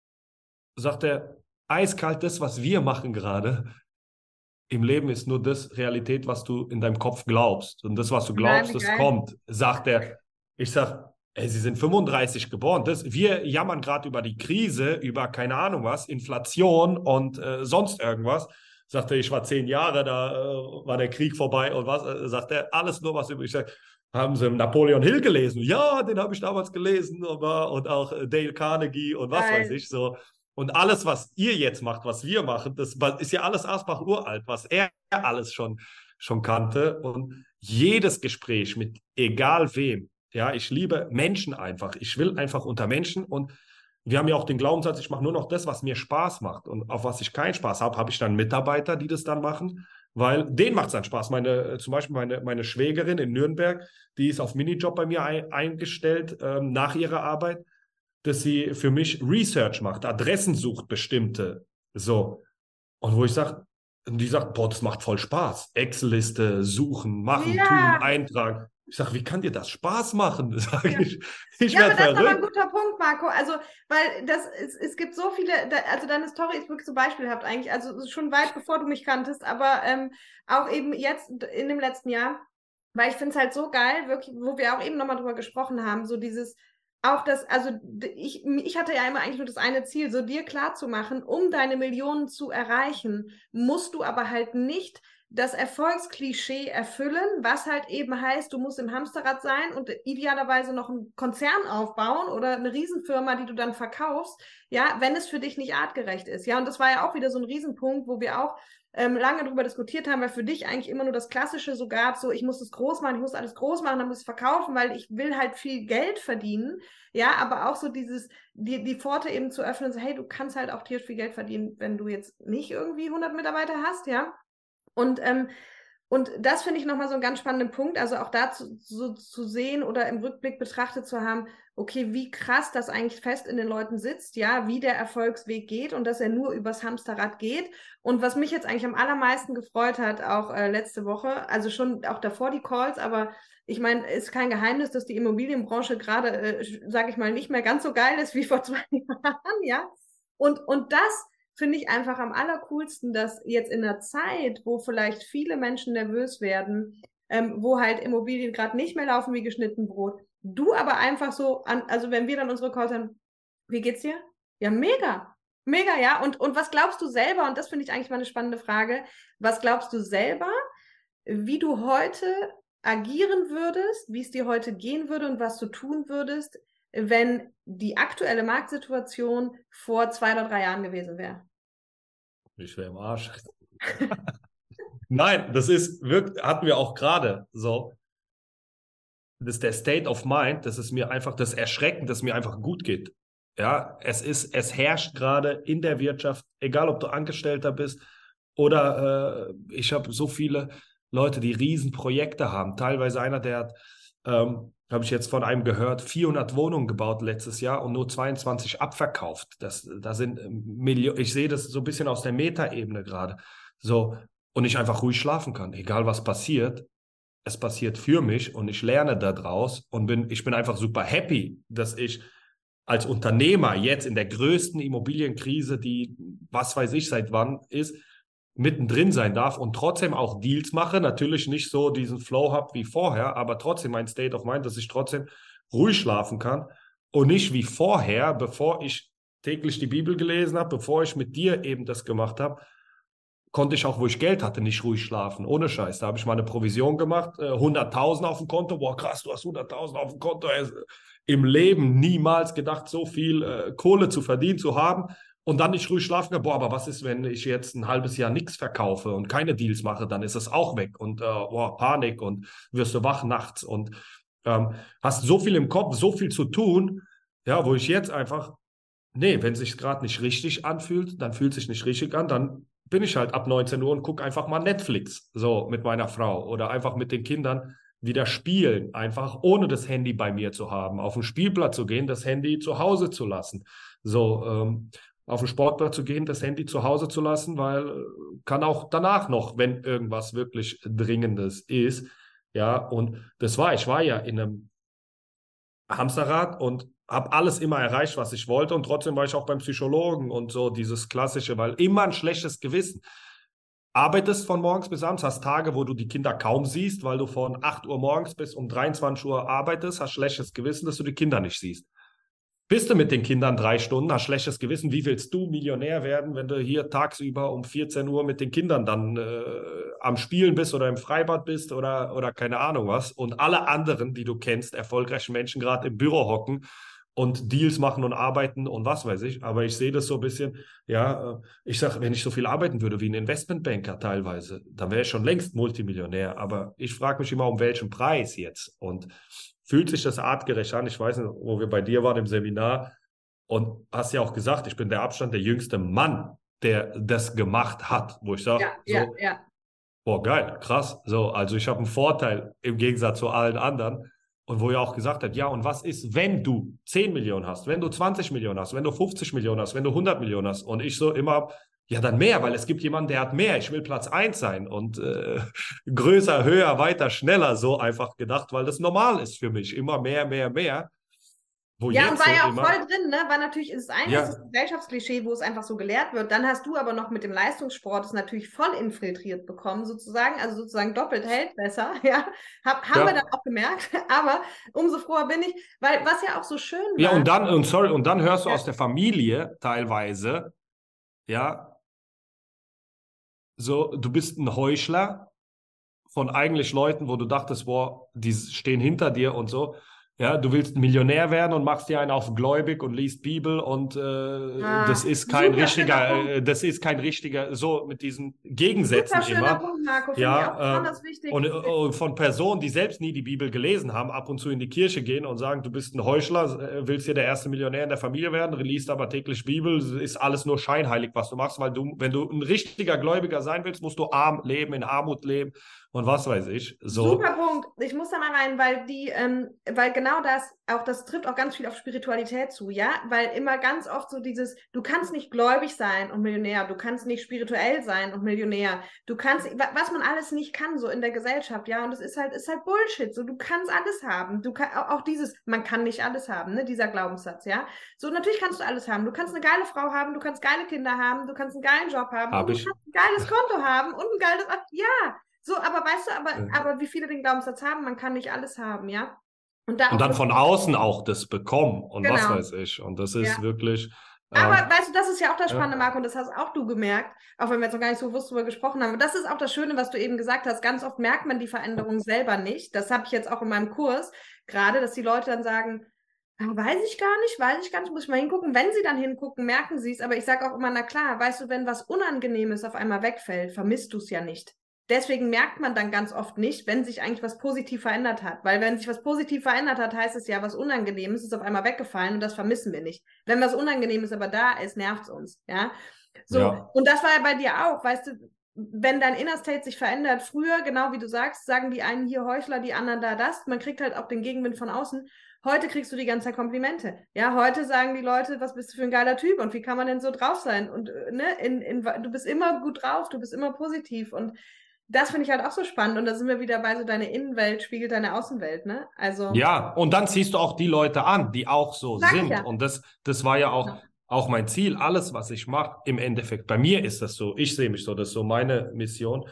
Sagt er, eiskalt das, was wir machen gerade. Im Leben ist nur das Realität, was du in deinem Kopf glaubst. Und das, was du Nein, glaubst, wie das geil. kommt. Sagt er. Ich sag, ey, Sie sind 35 geboren. Wir jammern gerade über die Krise, über keine Ahnung was, Inflation und sonst irgendwas. Sagt er, ich war 10 Jahre, da war der Krieg vorbei und was. Sagt er, alles nur was über. Ich sag, haben Sie Napoleon Hill gelesen? Ja, den habe ich damals gelesen. Und auch Dale Carnegie und was weiß Geil. ich so. Und alles, was ihr jetzt macht, was wir machen, das ist ja alles Asbach uralt, was er alles schon kannte. Und jedes Gespräch mit egal wem, ja, ich liebe Menschen einfach. Ich will einfach unter Menschen und wir haben ja auch den Glaubenssatz, ich mache nur noch das, was mir Spaß macht. Und auf was ich keinen Spaß habe, habe ich dann Mitarbeiter, die das dann machen, weil denen macht es dann Spaß. Zum Beispiel meine Schwägerin in Nürnberg, die ist auf Minijob bei mir eingestellt nach ihrer Arbeit, dass sie für mich Research macht, Adressen sucht, bestimmte. So. Und wo ich sage, Und die sagt, boah, das macht voll Spaß. Excel-Liste, suchen, machen, tun, Ja, eintragen. Ich sage, wie kann dir das Spaß machen? Sag ja. ich Ja, aber werde das ist aber ein verrückt. guter Punkt, Marco. Also, weil es gibt so viele, also deine Story ist wirklich so beispielhaft eigentlich, also schon weit bevor du mich kanntest, aber auch eben jetzt in dem letzten Jahr, weil ich finde es halt so geil, wirklich, wo wir auch eben nochmal drüber gesprochen haben, so dieses, auch das, also ich hatte ja immer eigentlich nur das eine Ziel, so dir klar zu machen, um deine Millionen zu erreichen, musst du aber halt nicht das Erfolgsklischee erfüllen, was halt eben heißt, du musst im Hamsterrad sein und idealerweise noch einen Konzern aufbauen oder eine Riesenfirma, die du dann verkaufst, ja, wenn es für dich nicht artgerecht ist. Ja, und das war ja auch wieder so ein Riesenpunkt, wo wir auch lange darüber diskutiert haben, weil für dich eigentlich immer nur das Klassische so gab, so ich muss das groß machen, ich muss alles groß machen, dann muss ich verkaufen, weil ich will halt viel Geld verdienen. Ja, aber auch so die Pforte eben zu öffnen, so hey, du kannst halt auch tierisch viel Geld verdienen, wenn du jetzt nicht irgendwie 100 Mitarbeiter hast, ja. Und das finde ich nochmal so einen ganz spannenden Punkt, also auch dazu so zu sehen oder im Rückblick betrachtet zu haben, okay, wie krass das eigentlich fest in den Leuten sitzt, ja, wie der Erfolgsweg geht und dass er nur übers Hamsterrad geht. Und was mich jetzt eigentlich am allermeisten gefreut hat, auch letzte Woche, also schon auch davor die Calls, aber ich meine, ist kein Geheimnis, dass die Immobilienbranche gerade, sage ich mal, nicht mehr ganz so geil ist wie vor 2 Jahren, ja. Und das finde ich einfach am allercoolsten, dass jetzt in der Zeit, wo vielleicht viele Menschen nervös werden, wo halt Immobilien gerade nicht mehr laufen wie geschnitten Brot, du aber einfach so, also wenn wir dann unsere Calls haben, wie geht's dir? Ja, mega. Mega, ja. Und was glaubst du selber, und das finde ich eigentlich mal eine spannende Frage, was glaubst du selber, wie du heute agieren würdest, wie es dir heute gehen würde und was du tun würdest, wenn die aktuelle Marktsituation vor 2 oder 3 Jahren gewesen wäre? Ich wäre im Arsch. Nein, das ist wirklich, hatten wir auch gerade so. Das ist der State of Mind, das ist mir einfach das Erschrecken, dass mir einfach gut geht. Ja, es herrscht gerade in der Wirtschaft, egal ob du Angestellter bist oder ich habe so viele Leute, die Riesenprojekte haben. Teilweise einer, der hat, habe ich jetzt von einem gehört, 400 Wohnungen gebaut letztes Jahr und nur 22 abverkauft. Da sind Millionen, ich sehe das so ein bisschen aus der Metaebene gerade. So, und ich einfach ruhig schlafen kann, egal was passiert, es passiert für mich und ich lerne daraus und ich bin einfach super happy, dass ich als Unternehmer jetzt in der größten Immobilienkrise, die was weiß ich seit wann ist, mittendrin sein darf und trotzdem auch Deals mache. Natürlich nicht so diesen Flow habe wie vorher, aber trotzdem mein State of Mind, dass ich trotzdem ruhig schlafen kann und nicht wie vorher, bevor ich täglich die Bibel gelesen habe, bevor ich mit dir eben das gemacht habe, konnte ich auch, wo ich Geld hatte, nicht ruhig schlafen. Ohne Scheiß. Da habe ich mal eine Provision gemacht, 100.000 auf dem Konto. Boah, krass, du hast 100.000 auf dem Konto. Im Leben niemals gedacht, so viel Kohle zu verdienen zu haben und dann nicht ruhig schlafen kann. Boah, aber was ist, wenn ich jetzt ein halbes Jahr nichts verkaufe und keine Deals mache? Dann ist es auch weg und boah, Panik und wirst du wach nachts und hast so viel im Kopf, so viel zu tun, ja, wo ich jetzt einfach, nee, wenn es sich gerade nicht richtig anfühlt, dann fühlt es sich nicht richtig an, dann bin ich halt ab 19 Uhr und gucke einfach mal Netflix, so mit meiner Frau oder einfach mit den Kindern wieder spielen, einfach ohne das Handy bei mir zu haben, auf den Spielplatz zu gehen, das Handy zu Hause zu lassen, so auf den Sportplatz zu gehen, das Handy zu Hause zu lassen, weil kann auch danach noch, wenn irgendwas wirklich Dringendes ist, ja, und ich war ja in einem Hamsterrad und habe alles immer erreicht, was ich wollte. Und trotzdem war ich auch beim Psychologen und so dieses Klassische, weil immer ein schlechtes Gewissen. Arbeitest von morgens bis abends, hast Tage, wo du die Kinder kaum siehst, weil du von 8 Uhr morgens bis um 23 Uhr arbeitest, hast schlechtes Gewissen, dass du die Kinder nicht siehst. Bist du mit den Kindern 3 Stunden, hast schlechtes Gewissen, wie willst du Millionär werden, wenn du hier tagsüber um 14 Uhr mit den Kindern dann am Spielen bist oder im Freibad bist oder keine Ahnung was und alle anderen, die du kennst, erfolgreichen Menschen gerade im Büro hocken und Deals machen und arbeiten und was weiß ich. Aber ich sehe das so ein bisschen, ja, ich sage, wenn ich so viel arbeiten würde wie ein Investmentbanker teilweise, dann wäre ich schon längst Multimillionär. Aber ich frage mich immer, um welchen Preis jetzt? Und fühlt sich das artgerecht an? Ich weiß nicht, wo wir bei dir waren im Seminar und hast ja auch gesagt, ich bin der Abstand der jüngste Mann, der das gemacht hat, wo ich sage, Ja, ja, so, ja. boah, geil, krass. So, also ich habe einen Vorteil im Gegensatz zu allen anderen. Und wo er auch gesagt hat, ja, und was ist, wenn du 10 Millionen hast, wenn du 20 Millionen hast, wenn du 50 Millionen hast, wenn du 100 Millionen hast? Und ich so immer, Ja, dann mehr, weil es gibt jemanden, der hat mehr. Ich will Platz 1 sein und größer, höher, weiter, schneller, so einfach gedacht, weil das normal ist für mich. Immer mehr, mehr, mehr. Wo Ja, und jetzt war so ja auch immer, voll drin, ne? Weil natürlich ist das eine, ist das ja, Gesellschaftsklischee, wo es einfach so gelehrt wird. Dann hast du aber noch mit dem Leistungssport es natürlich voll infiltriert bekommen, sozusagen. Also sozusagen doppelt hält besser, ja. Haben wir dann ja, auch gemerkt. Aber umso froher bin ich, weil was ja auch so schön ja, war. und dann hörst du Ja, aus der Familie teilweise, ja, so, du bist ein Heuchler von eigentlich Leuten, wo du dachtest, boah, die stehen hinter dir und so. Ja, du willst Millionär werden und machst dir einen auf gläubig und liest Bibel und super schöner Punkt. das ist kein richtiger, so mit diesen Gegensätzen Super schöner immer. Punkt, Marco. Finde ich auch Ja, besonders wichtig. und von Personen, die selbst nie die Bibel gelesen haben, ab und zu in die Kirche gehen und sagen, du bist ein Heuchler, willst hier der erste Millionär in der Familie werden, liest aber täglich Bibel, ist alles nur scheinheilig, was du machst, weil du, wenn du ein richtiger Gläubiger sein willst, musst du arm leben, in Armut leben und was weiß ich. So, Super Punkt. Ich muss da mal rein, weil weil genau das trifft auch ganz viel auf Spiritualität zu, ja? Weil immer ganz oft so dieses, du kannst nicht gläubig sein und Millionär, du kannst nicht spirituell sein und Millionär, du kannst, was man alles nicht kann, so in der Gesellschaft, ja? Und es ist halt Bullshit, so, du kannst alles haben. Du kannst auch dieses, man kann nicht alles haben, ne? Dieser Glaubenssatz, ja? So, natürlich kannst du alles haben. Du kannst eine geile Frau haben, du kannst geile Kinder haben, du kannst einen geilen Job haben und habe du ich. kannst ein geiles Konto haben und ein geiles, ja! So, aber weißt du, äh, aber wie viele den Glaubenssatz haben, man kann nicht alles haben, ja? Und da Und auch dann wirklich, von außen auch das bekommen und was genau, weiß ich. Und das ist ja. wirklich, Aber ähm, weißt du, das ist ja auch das Spannende, ja, Marco, und das hast auch du gemerkt, auch wenn wir jetzt noch gar nicht so bewusst drüber gesprochen haben. Und das ist auch das Schöne, was du eben gesagt hast. Ganz oft merkt man die Veränderung selber nicht. Das habe ich jetzt auch in meinem Kurs gerade, dass die Leute dann sagen, weiß ich gar nicht, muss ich mal hingucken. Wenn sie dann hingucken, merken sie es. Aber ich sage auch immer, na klar, weißt du, wenn was Unangenehmes auf einmal wegfällt, vermisst du es ja nicht. Deswegen merkt man dann ganz oft nicht, wenn sich eigentlich was positiv verändert hat. Weil wenn sich was positiv verändert hat, heißt es ja, was Unangenehmes ist auf einmal weggefallen und das vermissen wir nicht. Wenn was Unangenehmes aber da ist, nervt es uns. Ja, so. ja, Und das war ja bei dir auch, weißt du, wenn dein Inner State sich verändert, früher, genau wie du sagst, sagen die einen hier Heuchler, die anderen da das. Man kriegt halt auch den Gegenwind von außen. Heute kriegst du die ganze Zeit Komplimente. Ja, heute sagen die Leute, was bist du für ein geiler Typ und wie kann man denn so drauf sein? Und du bist immer gut drauf, du bist immer positiv und das finde ich halt auch so spannend und da sind wir wieder bei so deine Innenwelt spiegelt deine Außenwelt, ne? Also, ja. Und dann ziehst du auch die Leute an, die auch so sag ich sind. ja. Und das war ja auch mein Ziel. Alles, was ich mache, im Endeffekt, bei mir ist das so. Ich sehe mich so, das ist so meine Mission.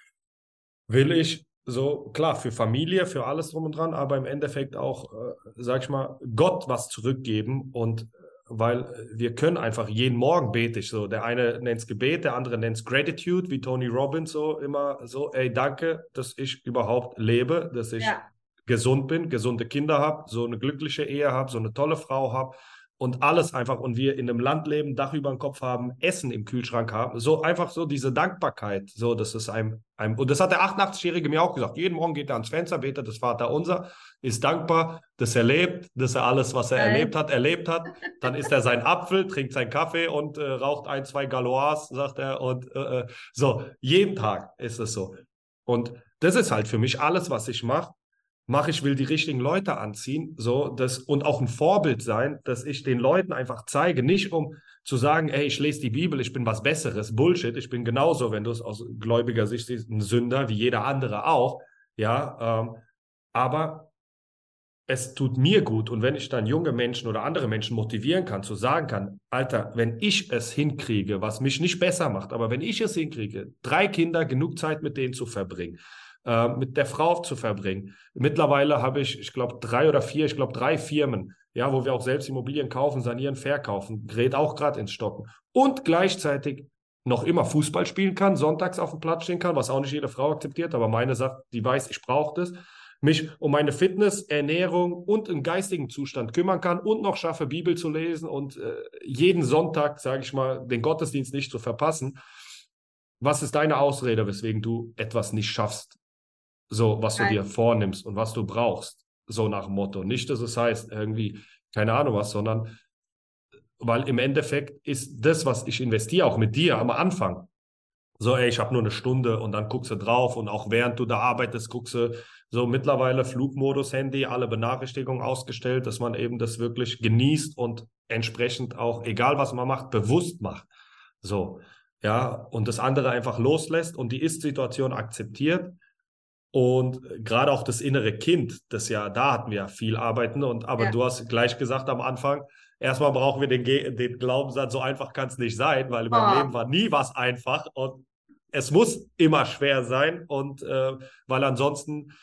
Will ich so, klar, für Familie, für alles drum und dran, aber im Endeffekt auch, sag ich mal, Gott was zurückgeben und weil wir können einfach jeden Morgen bete ich so. Der eine nennt es Gebet, der andere nennt es Gratitude, wie Tony Robbins so immer so, ey, danke, dass ich überhaupt lebe, dass ich Ja, gesund bin, gesunde Kinder habe, so eine glückliche Ehe habe, so eine tolle Frau habe und alles einfach und wir in einem Land leben, Dach über dem Kopf haben, Essen im Kühlschrank haben, so einfach so diese Dankbarkeit, so das ist einem und das hat der 88-Jährige mir auch gesagt, jeden Morgen geht er ans Fenster, betet das Vaterunser, ist dankbar, dass er lebt, dass er alles, was er geil. erlebt hat, dann isst er seinen Apfel, trinkt seinen Kaffee und raucht ein, zwei Galois, sagt er und so, jeden Tag ist es so und das ist halt für mich alles, was ich mache, ich will die richtigen Leute anziehen, so das und auch ein Vorbild sein, dass ich den Leuten einfach zeige, nicht um zu sagen, ey, ich lese die Bibel, ich bin was Besseres, Bullshit, ich bin genauso, wenn du es aus gläubiger Sicht siehst, ein Sünder wie jeder andere auch, ja, aber es tut mir gut und wenn ich dann junge Menschen oder andere Menschen motivieren kann, zu sagen kann, Alter, wenn ich es hinkriege, was mich nicht besser macht, aber wenn ich es hinkriege, 3 Kinder, genug Zeit mit denen zu verbringen, mit der Frau zu verbringen. Mittlerweile habe ich glaube 3 oder 4, ich glaube 3 Firmen, ja, wo wir auch selbst Immobilien kaufen, sanieren, verkaufen, gerät auch gerade ins Stocken. Und gleichzeitig noch immer Fußball spielen kann, sonntags auf dem Platz stehen kann, was auch nicht jede Frau akzeptiert, aber meine sagt, die weiß, ich brauche das, mich um meine Fitness, Ernährung und einen geistigen Zustand kümmern kann und noch schaffe, Bibel zu lesen und jeden Sonntag, sage ich mal, den Gottesdienst nicht zu verpassen. Was ist deine Ausrede, weswegen du etwas nicht schaffst? So, was du Geil. dir vornimmst und was du brauchst. So nach dem Motto. Nicht, dass es heißt, irgendwie, keine Ahnung was, sondern weil im Endeffekt ist das, was ich investiere, auch mit dir am Anfang. So, ey, ich habe nur eine Stunde und dann guckst du drauf und auch während du da arbeitest, guckst du so mittlerweile Flugmodus, Handy, alle Benachrichtigungen ausgestellt, dass man eben das wirklich genießt und entsprechend auch, egal was man macht, bewusst macht. So, ja, und das andere einfach loslässt und die Ist-Situation akzeptiert. Und gerade auch das innere Kind, da hatten wir ja viel arbeiten. Aber Ja. du hast gleich gesagt am Anfang, erstmal brauchen wir den Glaubenssatz, so einfach kann es nicht sein, weil in meinem Leben Oh. war nie was einfach und es muss immer schwer sein. Und weil ansonsten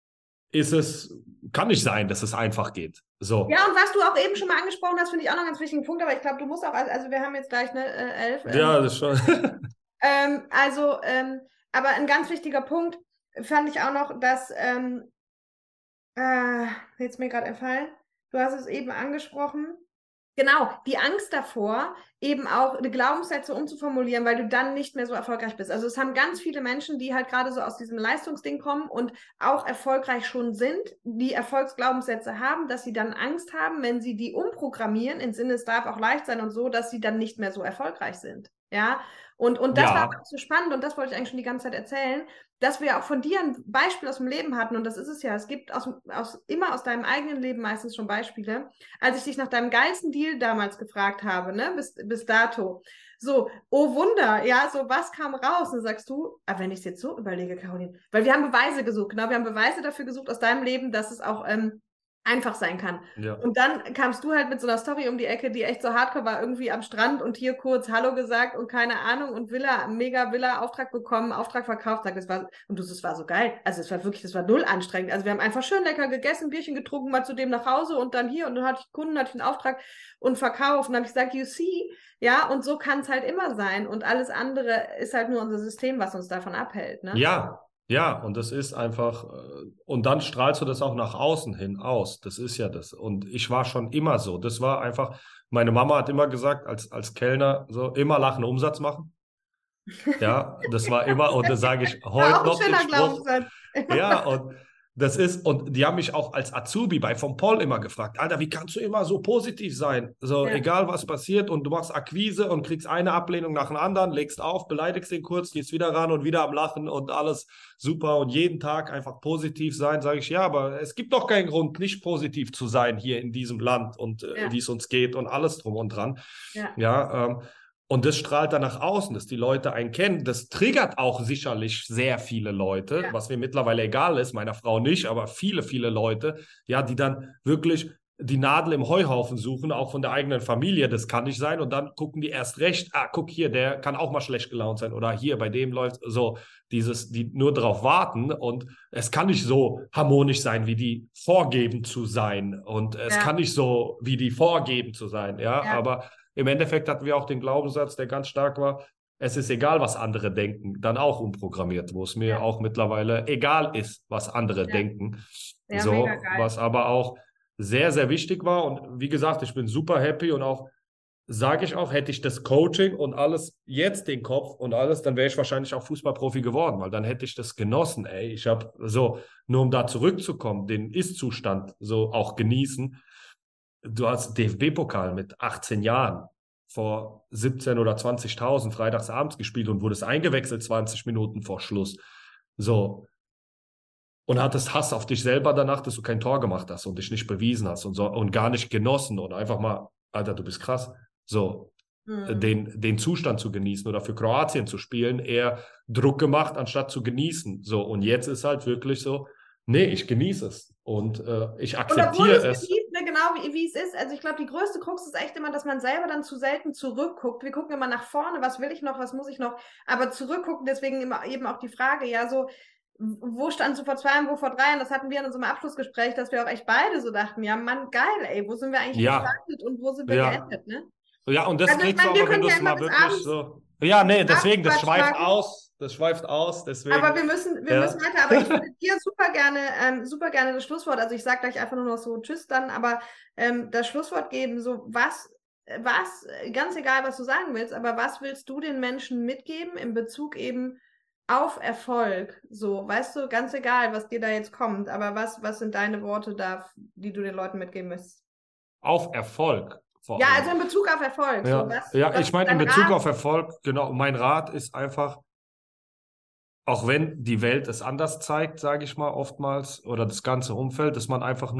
kann nicht sein, dass es einfach geht. So. Ja, und was du auch eben schon mal angesprochen hast, finde ich auch noch einen ganz wichtigen Punkt, aber ich glaube, du musst auch, also wir haben jetzt gleich eine 11. Ja, das ist schon. Ähm, also, ähm, aber ein ganz wichtiger Punkt fand ich auch noch, dass, jetzt mir gerade entfallen, du hast es eben angesprochen. Genau, die Angst davor, eben auch die Glaubenssätze umzuformulieren, weil du dann nicht mehr so erfolgreich bist. Also es haben ganz viele Menschen, die halt gerade so aus diesem Leistungsding kommen und auch erfolgreich schon sind, die Erfolgsglaubenssätze haben, dass sie dann Angst haben, wenn sie die umprogrammieren, im Sinne, es darf auch leicht sein und so, dass sie dann nicht mehr so erfolgreich sind. Ja, und das war Ja, auch so spannend und das wollte ich eigentlich schon die ganze Zeit erzählen, dass wir auch von dir ein Beispiel aus dem Leben hatten und das ist es ja, es gibt immer aus deinem eigenen Leben meistens schon Beispiele, als ich dich nach deinem geilsten Deal damals gefragt habe, ne, bis dato. So, oh Wunder, ja, so was kam raus? Und dann sagst du, aber wenn ich es jetzt so überlege, Caroline, weil wir haben Beweise gesucht, genau, wir haben Beweise dafür gesucht aus deinem Leben, dass es auch einfach sein kann. ja. Und dann kamst du halt mit so einer Story um die Ecke, die echt so hardcore war, irgendwie am Strand und hier kurz Hallo gesagt und keine Ahnung und mega Villa, Auftrag bekommen, Auftrag verkauft, sag, das war so geil. Also es war wirklich, das war null anstrengend. Also wir haben einfach schön lecker gegessen, Bierchen getrunken, mal zu dem nach Hause und dann hier und dann hatte ich Kunden, hatte ich einen Auftrag und verkauft und dann habe ich gesagt, you see, ja, und so kann es halt immer sein und alles andere ist halt nur unser System, was uns davon abhält, ne? Ja, ja, und das ist einfach, und dann strahlst du das auch nach außen hin aus. Das ist ja das. Und ich war schon immer so. Das war einfach, meine Mama hat immer gesagt, als Kellner, so immer lachen, Umsatz machen. Ja, das war immer, und das sage ich War heute auch ein noch den schöner Spruch. Glaubenssatz. Ja, und die haben mich auch als Azubi bei von Paul immer gefragt, Alter, wie kannst du immer so positiv sein? So, Ja, egal was passiert und du machst Akquise und kriegst eine Ablehnung nach der anderen, legst auf, beleidigst den kurz, gehst wieder ran und wieder am Lachen und alles super und jeden Tag einfach positiv sein, sage ich, ja, aber es gibt doch keinen Grund, nicht positiv zu sein hier in diesem Land und ja, wie es uns geht und alles drum und dran. ja, Ja, und das strahlt dann nach außen, dass die Leute einen kennen. Das triggert auch sicherlich sehr viele Leute, ja. was mir mittlerweile egal ist, meiner Frau nicht, aber viele Leute, ja, die dann wirklich die Nadel im Heuhaufen suchen, auch von der eigenen Familie. Das kann nicht sein. Und dann gucken die erst recht, guck hier, der kann auch mal schlecht gelaunt sein. Oder hier, bei dem läuft so die nur darauf warten. Und es kann nicht so harmonisch sein, wie die vorgeben zu sein. Und es kann Ja, nicht so, wie die vorgeben zu sein. Ja, ja, aber im Endeffekt hatten wir auch den Glaubenssatz, der ganz stark war, es ist egal, was andere denken, dann auch umprogrammiert, wo es mir ja, auch mittlerweile egal ist, was andere ja, denken. ja, mega So, geil. was aber auch sehr wichtig war. Und wie gesagt, ich bin super happy und auch, sage ich auch, hätte ich das Coaching und alles jetzt den Kopf und alles, dann wäre ich wahrscheinlich auch Fußballprofi geworden, weil dann hätte ich das genossen. Ey, ich habe so, nur um da zurückzukommen, den Ist-Zustand so auch genießen. Du hast DFB-Pokal mit 18 Jahren vor 17 oder 20.000 freitags abends gespielt und wurdest eingewechselt 20 Minuten vor Schluss. So. Und hattest Hass auf dich selber danach, dass du kein Tor gemacht hast und dich nicht bewiesen hast und so und gar nicht genossen und einfach mal, Alter, du bist krass. So, Hm. den Zustand zu genießen oder für Kroatien zu spielen, eher Druck gemacht, anstatt zu genießen. So, und jetzt ist halt wirklich so, nee, ich genieße es und ich Und obwohl du akzeptiere es es. genießt, ne, genau wie es ist, also ich glaube, die größte Krux ist echt immer, dass man selber dann zu selten zurückguckt. Wir gucken immer nach vorne, was will ich noch, was muss ich noch, aber zurückgucken, deswegen immer eben auch die Frage, ja, so, wo standst du vor 2 Jahren, wo vor 3 Jahren? Das hatten wir in unserem Abschlussgespräch, dass wir auch echt beide so dachten, ja, Mann, geil, ey, wo sind wir eigentlich Ja, gestartet und wo sind wir ja. geendet, ne? Ja, und das Also ich kriegst du meine, wir aber, wenn können du ja es immer mal bis wirklich abends, so. Ja, nee, deswegen, das Quatsch schweift machen. aus. Das schweift aus, Aber deswegen. wir müssen Ja. weiter, aber ich würde dir super gerne das Schlusswort, also ich sage gleich einfach nur noch so Tschüss dann, aber das Schlusswort geben, so ganz egal, was du sagen willst, aber was willst du den Menschen mitgeben in Bezug eben auf Erfolg? So, weißt du, ganz egal, was dir da jetzt kommt, aber was sind deine Worte da, die du den Leuten mitgeben möchtest? Auf Erfolg vor Ja, also allem. in Bezug auf Erfolg, so Ja, ja, was ich ist meine, in dein Bezug Rat? auf Erfolg, genau, mein Rat ist einfach, auch wenn die Welt es anders zeigt, sage ich mal oftmals, oder das ganze Umfeld, dass man einfach nur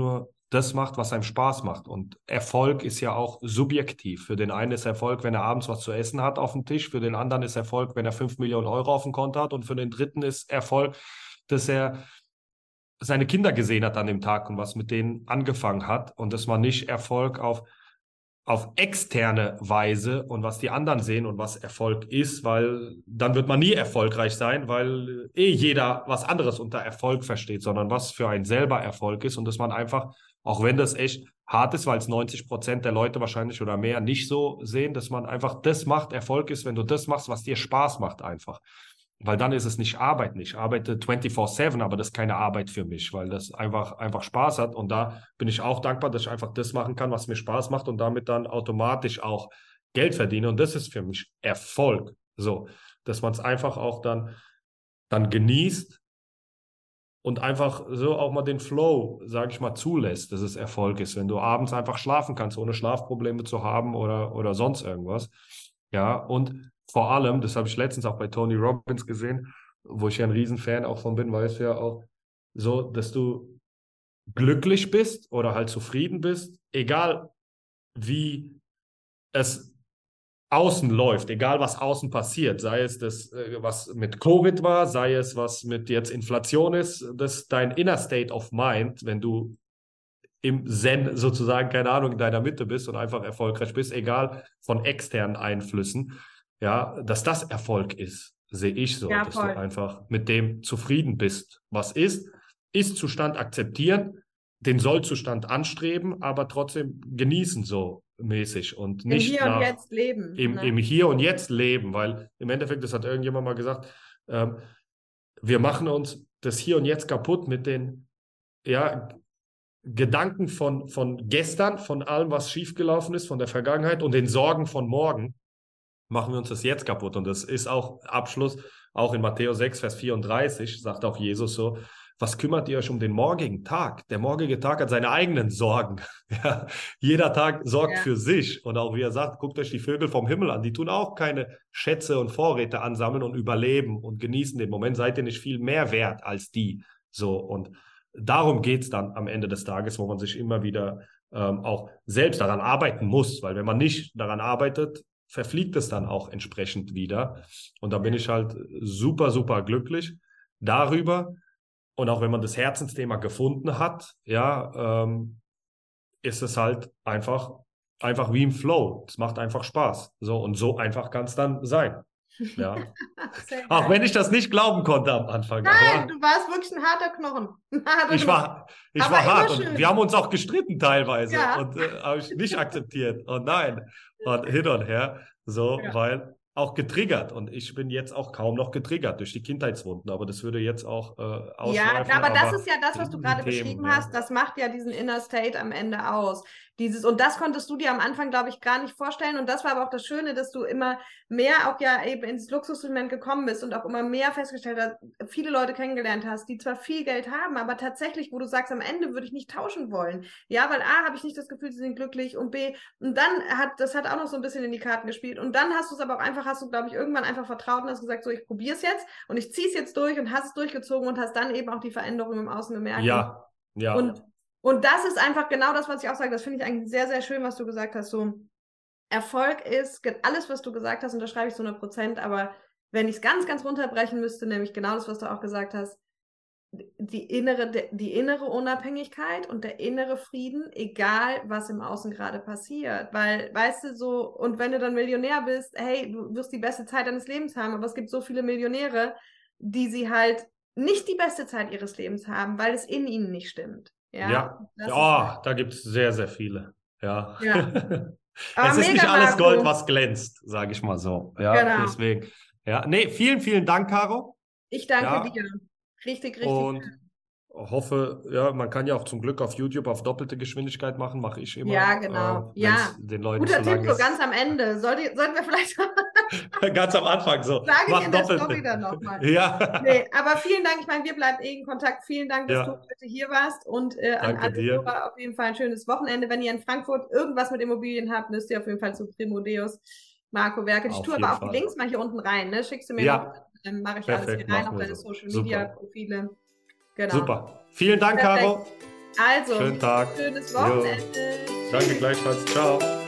das macht, was einem Spaß macht. Und Erfolg ist ja auch subjektiv. Für den einen ist Erfolg, wenn er abends was zu essen hat auf dem Tisch. Für den anderen ist Erfolg, wenn er 5 Millionen Euro auf dem Konto hat. Und für den dritten ist Erfolg, dass er seine Kinder gesehen hat an dem Tag und was mit denen angefangen hat. Und das war nicht Erfolg auf externe Weise und was die anderen sehen und was Erfolg ist, weil dann wird man nie erfolgreich sein, weil jeder was anderes unter Erfolg versteht, sondern was für einen selber Erfolg ist und dass man einfach, auch wenn das echt hart ist, weil es 90% der Leute wahrscheinlich oder mehr nicht so sehen, dass man einfach das macht, Erfolg ist, wenn du das machst, was dir Spaß macht einfach. Weil dann ist es nicht Arbeit. Ich arbeite 24/7, aber das ist keine Arbeit für mich, weil das einfach Spaß hat. Und da bin ich auch dankbar, dass ich einfach das machen kann, was mir Spaß macht und damit dann automatisch auch Geld verdiene. Und das ist für mich Erfolg. So, dass man es einfach auch dann genießt und einfach so auch mal den Flow, sage ich mal, zulässt, dass es Erfolg ist. Wenn du abends einfach schlafen kannst, ohne Schlafprobleme zu haben oder sonst irgendwas. Ja, und vor allem, das habe ich letztens auch bei Tony Robbins gesehen, wo ich ja ein Riesenfan auch von bin, weißt du ja auch, so, dass du glücklich bist oder halt zufrieden bist, egal wie es außen läuft, egal was außen passiert, sei es das, was mit Covid war, sei es was mit jetzt Inflation ist, dass dein inner State of Mind, wenn du im Zen sozusagen, keine Ahnung, in deiner Mitte bist und einfach erfolgreich bist, egal von externen Einflüssen, ja, dass das Erfolg ist, sehe ich so, Ja, dass du voll. einfach mit dem zufrieden bist. Was Ist-Zustand akzeptieren, den Soll-Zustand anstreben, aber trotzdem genießen so mäßig und Im nicht Hier und Jetzt leben. im Hier und Jetzt leben, weil im Endeffekt, das hat irgendjemand mal gesagt, wir machen uns das Hier und Jetzt kaputt mit den, ja, Gedanken von gestern, von allem, was schiefgelaufen ist, von der Vergangenheit und den Sorgen von morgen, machen wir uns das jetzt kaputt. Und das ist auch Abschluss, auch in Matthäus 6, Vers 34, sagt auch Jesus so, was kümmert ihr euch um den morgigen Tag? Der morgige Tag hat seine eigenen Sorgen. Ja, jeder Tag sorgt Ja. für sich. Und auch wie er sagt, guckt euch die Vögel vom Himmel an. Die tun auch keine Schätze und Vorräte ansammeln und überleben und genießen den Moment. Seid ihr nicht viel mehr wert als die? So, und darum geht es dann am Ende des Tages, wo man sich immer wieder auch selbst daran arbeiten muss. Weil wenn man nicht daran arbeitet, verfliegt es dann auch entsprechend wieder. Und da bin ich halt super, super glücklich darüber. Und auch wenn man das Herzensthema gefunden hat, ja, ist es halt einfach wie im Flow. Es macht einfach Spaß. So und so einfach kann es dann sein. Ja. Sehr Auch geil. wenn ich das nicht glauben konnte am Anfang, Nein, aber du warst wirklich ein harter Knochen. Ein harter ich Knochen. war, ich Aber war immer hart und wir schön. haben uns auch gestritten teilweise Ja. und habe ich nicht akzeptiert und nein und hin und her, so, Ja. weil auch getriggert und ich bin jetzt auch kaum noch getriggert durch die Kindheitswunden, aber das würde jetzt auch Ja, ausschweifen, aber das ist aber ja das, was du die gerade Themen, beschrieben ja. hast, das macht ja diesen Inner State am Ende aus. Und das konntest du dir am Anfang, glaube ich, gar nicht vorstellen. Und das war aber auch das Schöne, dass du immer mehr auch ja eben ins Luxussegment gekommen bist und auch immer mehr festgestellt hast, viele Leute kennengelernt hast, die zwar viel Geld haben, aber tatsächlich, wo du sagst, am Ende würde ich nicht tauschen wollen. Ja, weil A, habe ich nicht das Gefühl, sie sind glücklich und B, und dann das hat auch noch so ein bisschen in die Karten gespielt. Und dann hast du es aber auch einfach, hast du, glaube ich, irgendwann einfach vertraut und hast gesagt, so, ich probiere es jetzt und ich ziehe es jetzt durch und hast es durchgezogen und hast dann eben auch die Veränderung im Außen gemerkt. Ja, ja, Und, und das ist einfach genau das, was ich auch sage. Das finde ich eigentlich sehr, sehr schön, was du gesagt hast. So, Erfolg ist alles, was du gesagt hast, unterschreibe ich zu 100%. Aber wenn ich es ganz, ganz runterbrechen müsste, nämlich genau das, was du auch gesagt hast, die innere Unabhängigkeit und der innere Frieden, egal was im Außen gerade passiert. Weil, weißt du, so, und wenn du dann Millionär bist, hey, du wirst die beste Zeit deines Lebens haben, aber es gibt so viele Millionäre, die sie halt nicht die beste Zeit ihres Lebens haben, weil es in ihnen nicht stimmt. Ja, ja, das ist halt, ja, da gibt es sehr, sehr viele, ja. ja. Es Aber ist mega, nicht alles Gold, Marco. was glänzt, sage ich mal so, ja, Genau. deswegen, ja, nee, vielen, vielen Dank, Caro, Ich danke ja, dir. Richtig, richtig und schön. hoffe, ja, man kann ja auch zum Glück auf YouTube auf doppelte Geschwindigkeit machen, mache ich Ja, immer, genau. wenn es Ja. den Leuten Guter zu Tipp, lang so ganz ist. am Ende. Sollten wir vielleicht Ganz am Anfang so, sage ich mach in der Story doppelte. dann nochmal. Ja, Nee, aber vielen Dank. Ich meine, wir bleiben in Kontakt. Vielen Dank, dass du ja, heute hier warst und an danke alle dir. Hörer auf jeden Fall ein schönes Wochenende. Wenn ihr in Frankfurt irgendwas mit Immobilien habt, müsst ihr auf jeden Fall zu Primo Deus, Marco Werke. Ich tue Auf aber jeden auch die Fall. Links mal hier unten rein. Ne? Schickst du mir noch, Ja, dann mache ich alles hier perfekt, rein machen auf wir deine so. Social Media Super, Profile. Genau. super. Vielen Dank, Perfekt. Caro. Also, Schönen Tag. schönes Jo. Wochenende. Danke gleichfalls. Ciao.